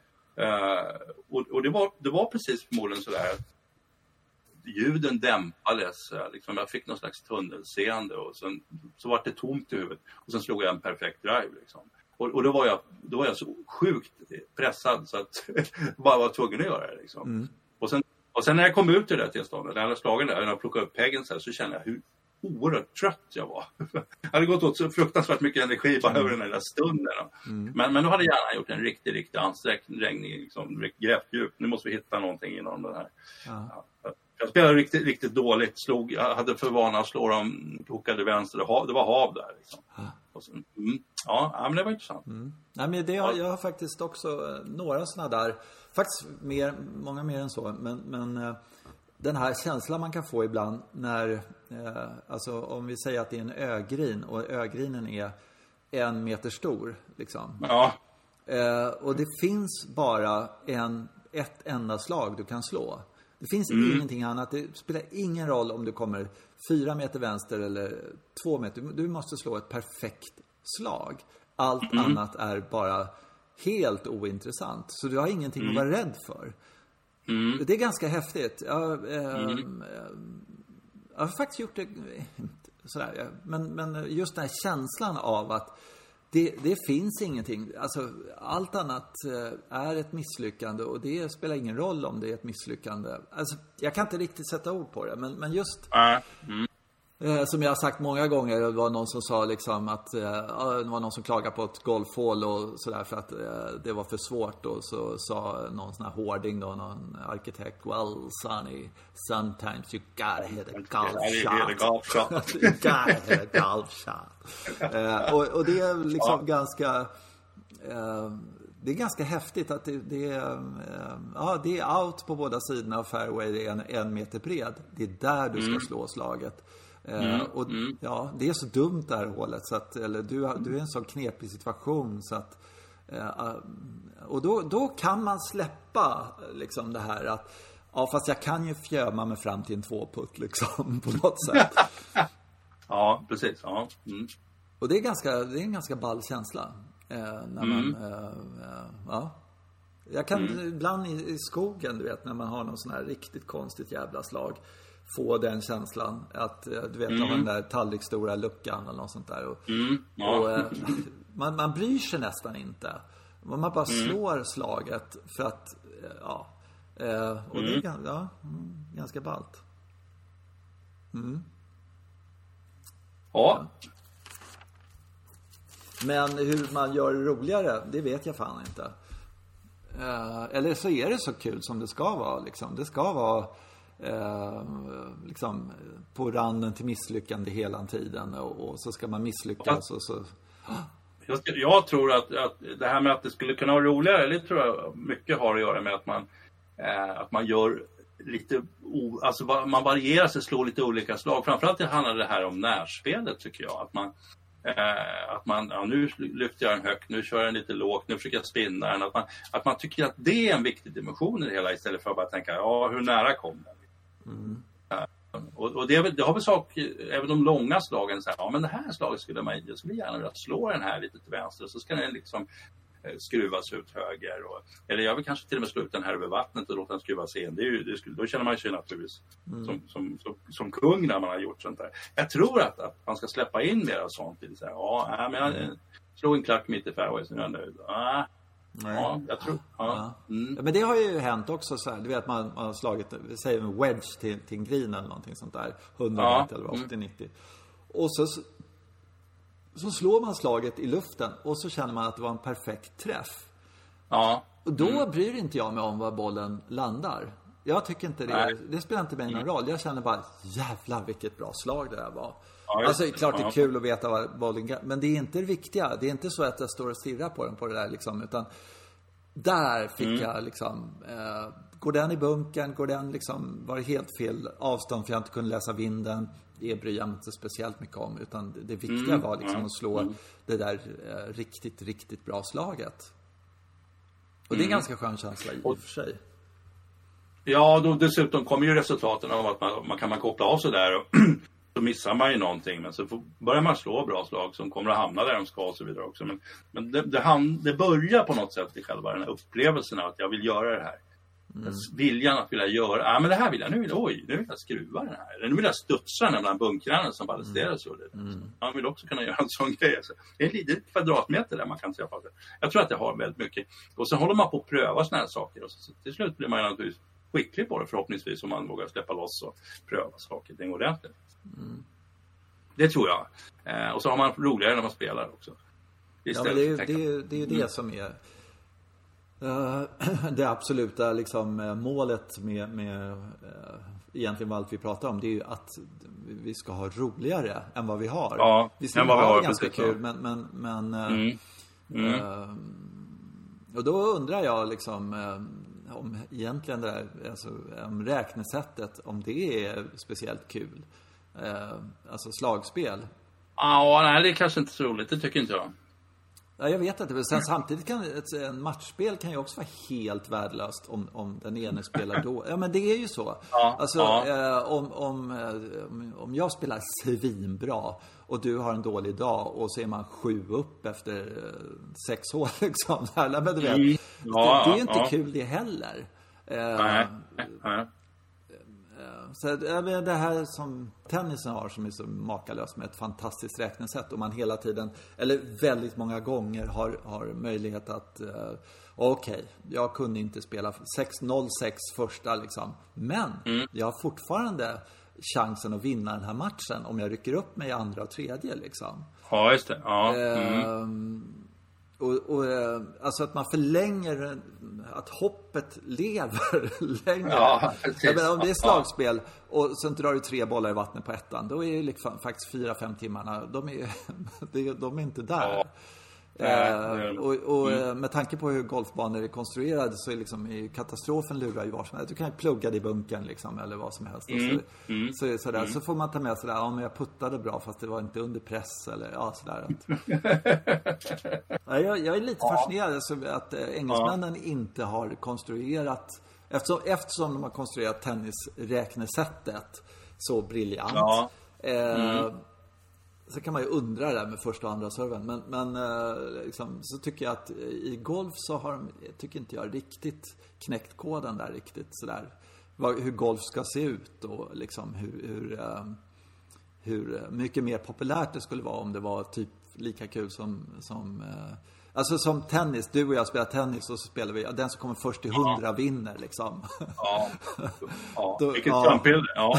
Och det var precis förmodligen sådär att ljuden dämpades. Liksom jag fick någon slags tunnelseende och sen så var det tomt i huvudet. Och sen slog jag en perfekt drive liksom. Och då var jag så sjukt pressad så att bara var tvungen att göra det liksom. Och sen när jag kom ut i det där tillståndet, när jag slagen där, när jag plockade upp peggen så kände jag hur oerhört trött jag var. Jag hade gått åt så fruktansvärt mycket energi bara över den där stunden. Men då hade jag gärna gjort en riktig ansträngning, liksom, grävt djupt. Nu måste vi hitta någonting inom den här. Jag spelade riktigt dåligt. Jag hade för vana att slå dem kokade vänster. Det var hav där. Liksom. Och sen, men det var intressant. Nej, men jag har faktiskt också några sådana där. Faktiskt många mer än så. Men den här känslan man kan få ibland när, alltså om vi säger att det är en ögrin och ögrinen är 1 meter stor liksom. Och det finns bara ett enda slag du kan slå. Det finns ingenting annat. Det spelar ingen roll om du kommer 4 meter vänster eller 2 meter. Du måste slå ett perfekt slag. Allt annat är bara helt ointressant. Så du har ingenting att vara rädd för. Det är ganska häftigt. Jag har faktiskt gjort det sådär. Men just den här känslan av att det finns ingenting. Alltså, allt annat är ett misslyckande. Och det spelar ingen roll om det är ett misslyckande. Alltså, jag kan inte riktigt sätta ord på det. Men just som jag har sagt många gånger. Det var någon som sa liksom att det var någon som klagade på ett golfhål och sådär för att det var för svårt. Och så sa någon sån här hårding då, någon arkitekt: well, Sonny, sometimes you gotta hit a golf shot. You gotta hit a golf shot. Och det är liksom ganska det är ganska häftigt att det är out på båda sidorna av fairway. Det är 1 meter bred. Det är där du ska slå slaget. Det är så dumt det här hålet så att, eller du är i en sån knepig situation så att och då kan man släppa liksom det här att fast jag kan ju fjöma mig fram till en 2-putt liksom på något sätt. Ja, precis. Och det är en ganska ball känsla när man jag kan ibland i skogen, du vet, när man har någon sån här riktigt konstigt jävla slag, få den känslan att du vet, ha den där tallriksstora luckan eller något sånt där och man bryr sig nästan inte. Man bara slår slaget för att och det är ganska ballt. Ja. Men hur man gör det roligare, det vet jag fan inte. Eller så är det så kul som det ska vara. Liksom. Det ska vara liksom, på randen till misslyckande hela tiden. Och så ska man misslyckas. Och så... Jag tror att det här med att det skulle kunna vara roligare, det tror jag mycket har att göra med att man gör lite, alltså man varierar sig, slår lite olika slag. Framförallt handlar det här om närspelet, tycker jag. Att man nu lyfter jag den högt, nu kör jag den lite lågt, nu försöker jag spinna den. Att man tycker att det är en viktig dimension i det hela, istället för att bara tänka, hur nära kom den? Och det har väl sak, även de långa slagen, så här, men det här slaget jag skulle gärna vilja slå den här lite till vänster, så ska den liksom skruvas ut höger. Eller jag vill kanske till och med slå ut den här över vattnet och låta den skruvas in. Då känner man sig naturligtvis som kung när man har gjort sånt där. Jag tror att man ska släppa in mer av sånt. Men jag slog en klack mitt i fairway, så nu är jag nöjd. Ja, jag tror. Ja. Men det har ju hänt också så här. Du vet, man har slagit, säger en wedge till en green eller någonting sånt där. 100 meter eller 80-90. Och så slår man slaget i luften och så känner man att det var en perfekt träff. Ja. Och då bryr inte jag mig om var bollen landar. Jag tycker inte det spelar inte mig någon roll. Jag känner bara, jävlar vilket bra slag det där var. Ja, alltså klart det är kul att veta vad bollen går, men det är inte det viktiga. Det är inte så att jag står och stirrar på den på det där liksom, utan där fick jag liksom går den i bunkern, går den liksom, var det helt fel avstånd för jag inte kunde läsa vinden. Det bryr jag mig inte speciellt mycket om, utan det viktiga var liksom att slå det där riktigt, riktigt bra slaget. Och det är en ganska skön känsla i och för sig. Ja, då dessutom kommer ju resultaten av att man kan koppla av sig där och så missar man ju någonting, men så börjar man slå bra slag som kommer att hamna där de ska och så vidare också. Men det börjar på något sätt i själva den här upplevelsen av att jag vill göra det här. Viljan att vilja göra, men det här vill jag, nu vill jag skruva den här. Nu vill jag studsa den bland bunkrarna som ballesterar så. Man vill också kunna göra en sån grej. Så det är en liten kvadratmeter där man kan träffa det. Jag tror att det har väldigt mycket. Och sen håller man på att pröva såna här saker. Och så till slut blir man naturligtvis skicklig på det, förhoppningsvis, om man vågar släppa loss och pröva saker. Det är ordentligt. Det tror jag. Och så har man roligare när man spelar också. Ja, men det är ju det som är det absoluta liksom, målet med egentligen allt vi pratar om. Det är ju att vi ska ha roligare än vad vi har. Ja, vi ska ha ganska kul, men och då undrar jag liksom om egentligen det där, alltså, om räknesättet, om det är speciellt kul. Alltså slagspel. Ja, nej, det är kanske inte så roligt, det tycker inte jag. Ja, jag vet inte, men sen samtidigt kan en matchspel kan ju också vara helt värdelöst om den ene spelar då. Ja, men det är ju så. Ja, alltså, om jag spelar svinbra och du har en dålig dag och så är man 7 upp efter 6 år liksom. Men du vet, det är ju inte kul det heller. Nej. Så det här som tennisen har, som är så makalöst med ett fantastiskt räknesätt, och man hela tiden, eller väldigt många gånger har möjlighet att okej, jag kunde inte spela 6-0-6 första liksom, men jag har fortfarande chansen att vinna den här matchen om jag rycker upp mig i andra och tredje liksom. Ja, just det. Ja. Och alltså att man förlänger, att hoppet lever längre. Ja, jag menar, om det är slagspel och sen drar du 3 bollar i vattnet på ettan, då är det liksom faktiskt 4-5 timmarna, de är inte där. Med tanke på hur golfbanor är konstruerade, så är liksom katastrofen lurar ju var som helst. Du kan ju plugga det i bunkern liksom, eller vad som helst. Så får man ta med sig där, ja, men jag puttade bra fast det var inte under press eller sådär. Jag är lite fascinerad att engelsmännen inte har konstruerat, eftersom de har konstruerat tennisräknesättet så briljant. Så kan man ju undra det där med första och andra serven. Men liksom, så tycker jag att i golf så tycker inte jag riktigt knäckt koden där riktigt sådär. Hur golf ska se ut och liksom hur mycket mer populärt det skulle vara om det var typ lika kul som Alltså som tennis, du och jag spelar tennis och så spelar vi, den som kommer först till 100 vinner liksom. Ja. Vilket frambilder. Ja.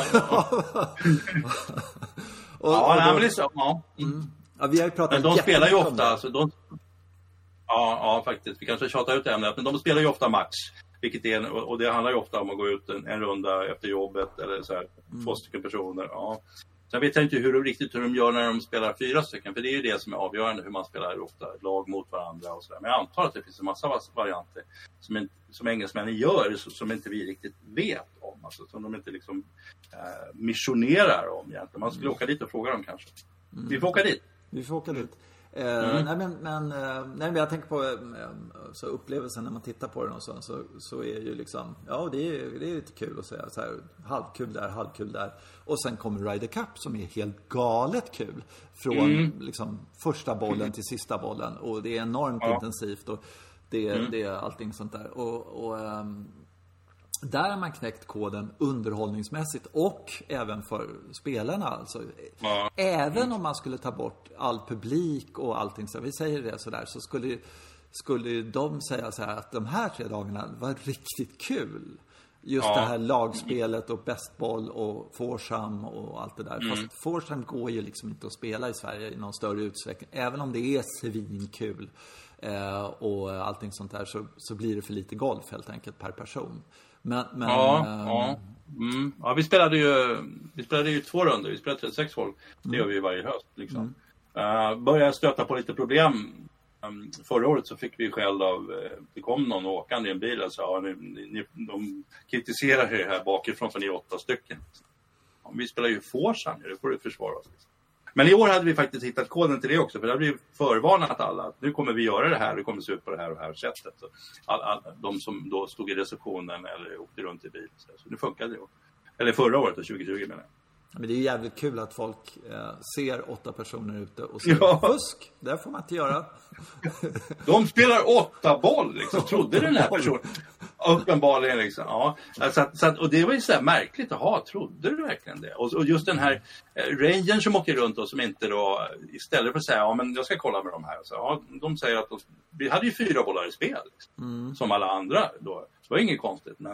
Men det är så. Ja. Ja, vi har ju pratat men de spelar ju ofta, alltså, ja, faktiskt. Vi kanske tjatar ut ämnet, men de spelar ju ofta match. Vilket är, och det handlar ju ofta om att gå ut en runda efter jobbet eller så här, 2 stycken personer. Ja. Sen vet jag inte riktigt hur de gör när de spelar 4 stycken. För det är ju det som är avgörande, hur man spelar ofta lag mot varandra och sådär. Men jag antar att det finns en massa varianter som engelsmännen gör som inte vi riktigt vet om. Alltså, som de inte liksom missionerar om egentligen. Man skulle åka dit och fråga dem kanske. Vi får åka dit. Nej men jag tänker på så upplevelsen när man tittar på den och så är ju liksom, ja det är lite kul att säga så här, halvkul där och sen kommer Ryder Cup som är helt galet kul från liksom första bollen till sista bollen och det är enormt intensivt och det är allting sånt där och där har man knäckt koden underhållningsmässigt och även för spelarna alltså. Även om man skulle ta bort all publik och allting så vi säger det så där så skulle de säga så här att de här 3 dagarna var riktigt kul. Just det här lagspelet och bästboll och foursome och allt det där. Fast foursome går ju liksom inte att spela i Sverige i någon större utsträckning. Även om det är svinkul och allting sånt där så blir det för lite golf helt enkelt per person. Vi spelade ju 2 runder. Vi spelade 36 hål. Det gör vi ju varje höst liksom. Började stöta på lite problem. Förra året så fick vi skäll av det kom någon åkande i en bil och sa de kritiserar det här bakifrån för ni är 8 stycken. Vi spelar ju foursome, det får du försvara oss. Men i år hade vi faktiskt hittat koden till det också. För det hade vi förvarnat alla. Att nu kommer vi göra det här. Det kommer se ut på det här och här sättet. Så de som då stod i receptionen eller åkte runt i bil. Så det funkade ju. Eller förra året, 2020 menar jag. Men det är ju jävligt kul att folk ser 8 personer ute och ser fusk. Det får man inte göra. De spelar 8 boll liksom. Trodde den här personen. Uppenbarligen liksom. Ja. Och det var ju så här märkligt. Trodde du verkligen det? Och just den här rangen som åker runt och som inte då istället för att säga men jag ska kolla med de här. Så, de säger att vi hade ju 4 bollar i spel. Liksom, som alla andra då. Det var inget konstigt. Men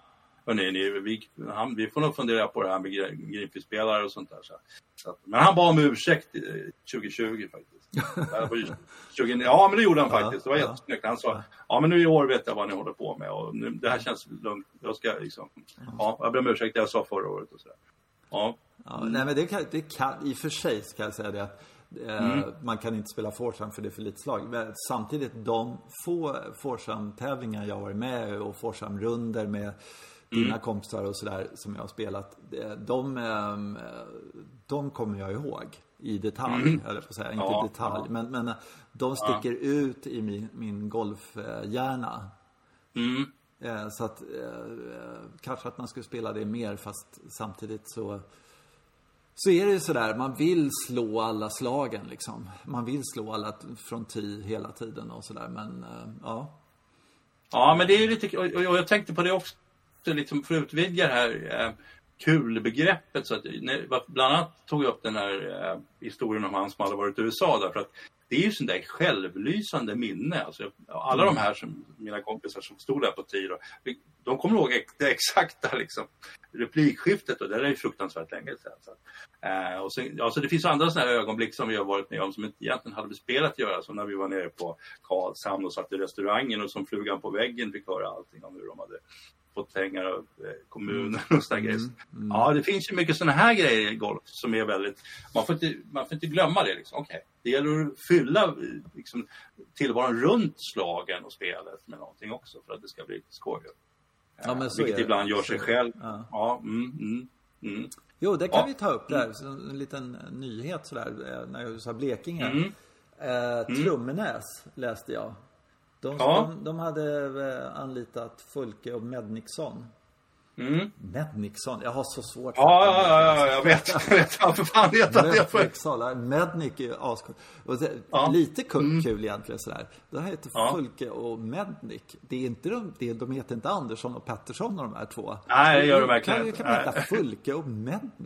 vi får nog fundera på det här med Greenpeace-spelare och sånt där. Men han bad om ursäkt 2020 faktiskt. Ja, men det gjorde han faktiskt. Det var jättesnyggt. Han sa, men nu i år vet jag vad ni håller på med. Och nu, det här känns lugnt. Jag ska liksom, jag ber om ursäkt det jag sa förra året och sådär. Nej, men det kan, i och för sig ska jag säga det att man kan inte spela foursome för det är för lite slag. Men samtidigt, de få foursome-tävlingar jag har varit med och foursome-runder med dina kompisar och sådär som jag har spelat, de kommer jag ihåg i detalj, eller på att säga, inte i detalj, men de sticker ut i min golfhjärna. Så att kanske att man skulle spela det mer, fast samtidigt så är det ju sådär, man vill slå alla slagen liksom. Man vill slå alla från 10 hela tiden och sådär, men Ja, men det är ju lite, och jag tänkte på det också liksom, för att utvidga det här kulbegreppet, så att bland annat tog jag upp den här historien om han som hade varit i USA där, för att det är ju sån där självlysande minne. Alltså, alla de här mina kompisar som stod där på tid, de kommer ihåg det exakta liksom, replikskiftet, och det är ju fruktansvärt länge sedan. Och sen, så det finns andra sådana här ögonblick som vi har varit med om som inte egentligen hade med spelet att göra. Som när vi var nere på Karlshamn och satt i restaurangen och som flugan på väggen fick höra allting om hur de hade fått pengar av kommunen och sådana grejer. Ja, det finns ju mycket sådana här grejer i golf som är väldigt, man får inte glömma det liksom. Okej. Det gäller att fylla liksom, tillvaron runt slagen och spelet med någonting också för att det ska bli skoj. Vilket ibland gör sig själv. Jo, det kan vi ta upp där. Så en liten nyhet sådär när jag sa Blekinge. Trummenäs läste jag. De hade anlitat Fulke och Medniksson. Medniksson, jag har så svårt. Jag vet. För fan heter det. Mednik är ascool. Lite kul egentligen sådär. Det här heter Fulke och Mednik. Det är inte de heter inte Andersson och Pettersson och de här två. Nej, det gör de verkligen. Kan man heta Fulke och Mednik?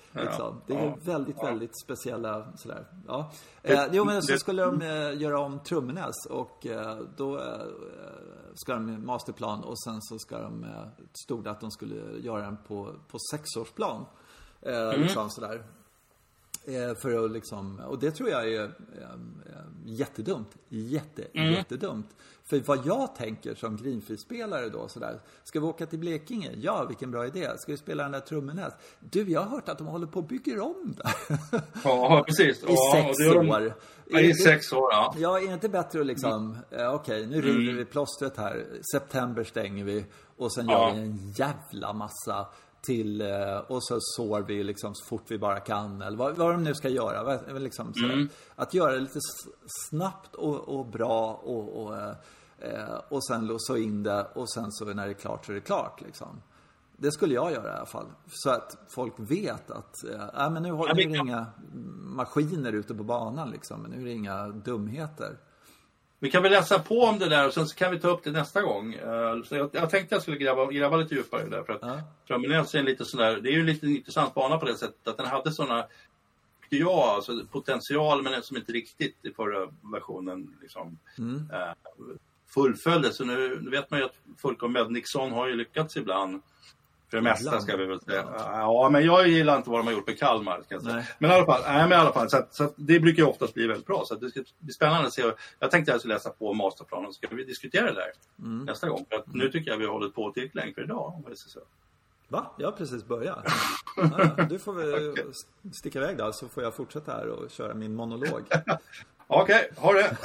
Liksom. Det är väldigt speciella sådär. Ja. Men så skulle de göra om Trummenäs och då ska de masterplan och sen så ska de stod att de skulle göra den på 6-årsplan. Liksom sådär. För att liksom, och det tror jag är jättedumt. Jättedumt. För vad jag tänker som Greenfield-spelare då sådär, ska vi åka till Blekinge? Ja, vilken bra idé. Ska vi spela den där Trummenäs? Du, jag har hört att de håller på att bygga om där. Ja, precis. I 6 år. I 6 år, ja. Ja, är det inte bättre att liksom, okej, nu river vi plåstret här. September stänger vi och sen gör vi en jävla massa till, och så sår vi liksom så fort vi bara kan, eller vad de nu ska göra liksom, att göra det lite snabbt och bra och sen låsa in det och sen så när det är klart så är det klart liksom. Det skulle jag göra i alla fall, så att folk vet att men nu har vi inga maskiner ute på banan liksom, men nu är det inga dumheter. Vi kan väl läsa på om det där och sen så kan vi ta upp det nästa gång. Så jag tänkte jag skulle gräva lite djupare där. För att Trummenäs är lite sån där, det är ju en lite intressant bana på det sättet att den hade såna, tycker jag, alltså potential men som inte riktigt i förra versionen liksom, fullföljdes. Så nu vet man ju att folk om Nixon har ju lyckats ibland. För det mesta ska vi väl säga. Ja, men jag gillar inte vad de har gjort med Kalmar. Kan jag säga. Men i alla fall så att det brukar ju oftast bli väldigt bra. Så att det ska bli spännande att se. Jag tänkte att jag skulle läsa på masterplanen. Så ska vi diskutera det där nästa gång. För att nu tycker jag vi har hållit på tillräckligt länge för idag. Va? Jag har precis börjat. Du får väl sticka iväg då, så får jag fortsätta här och köra min monolog. Okej, ha det.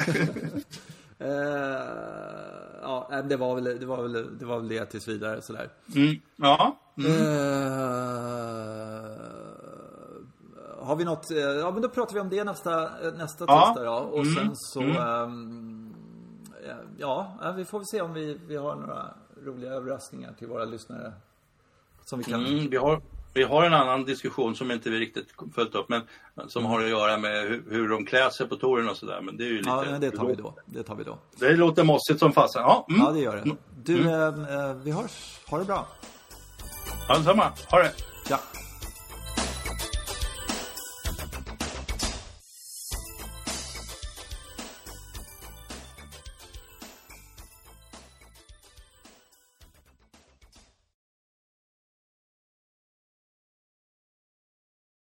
Det var väl det tills vidare sådär. Har vi något? Ja, men då pratar vi om det nästa tisdag då. Och sen så vi får väl se om vi har några roliga överraskningar till våra lyssnare som vi kan. Vi har en annan diskussion som inte vi riktigt följt upp, men som har att göra med hur de klär sig på touren och sådär. Men det är ju lite... Ja, det tar vi då. Det låter mossigt som fasen. Ja, det gör det. Du, vi hörs. Ha det bra. Ja, detsamma. Ha det. Ja.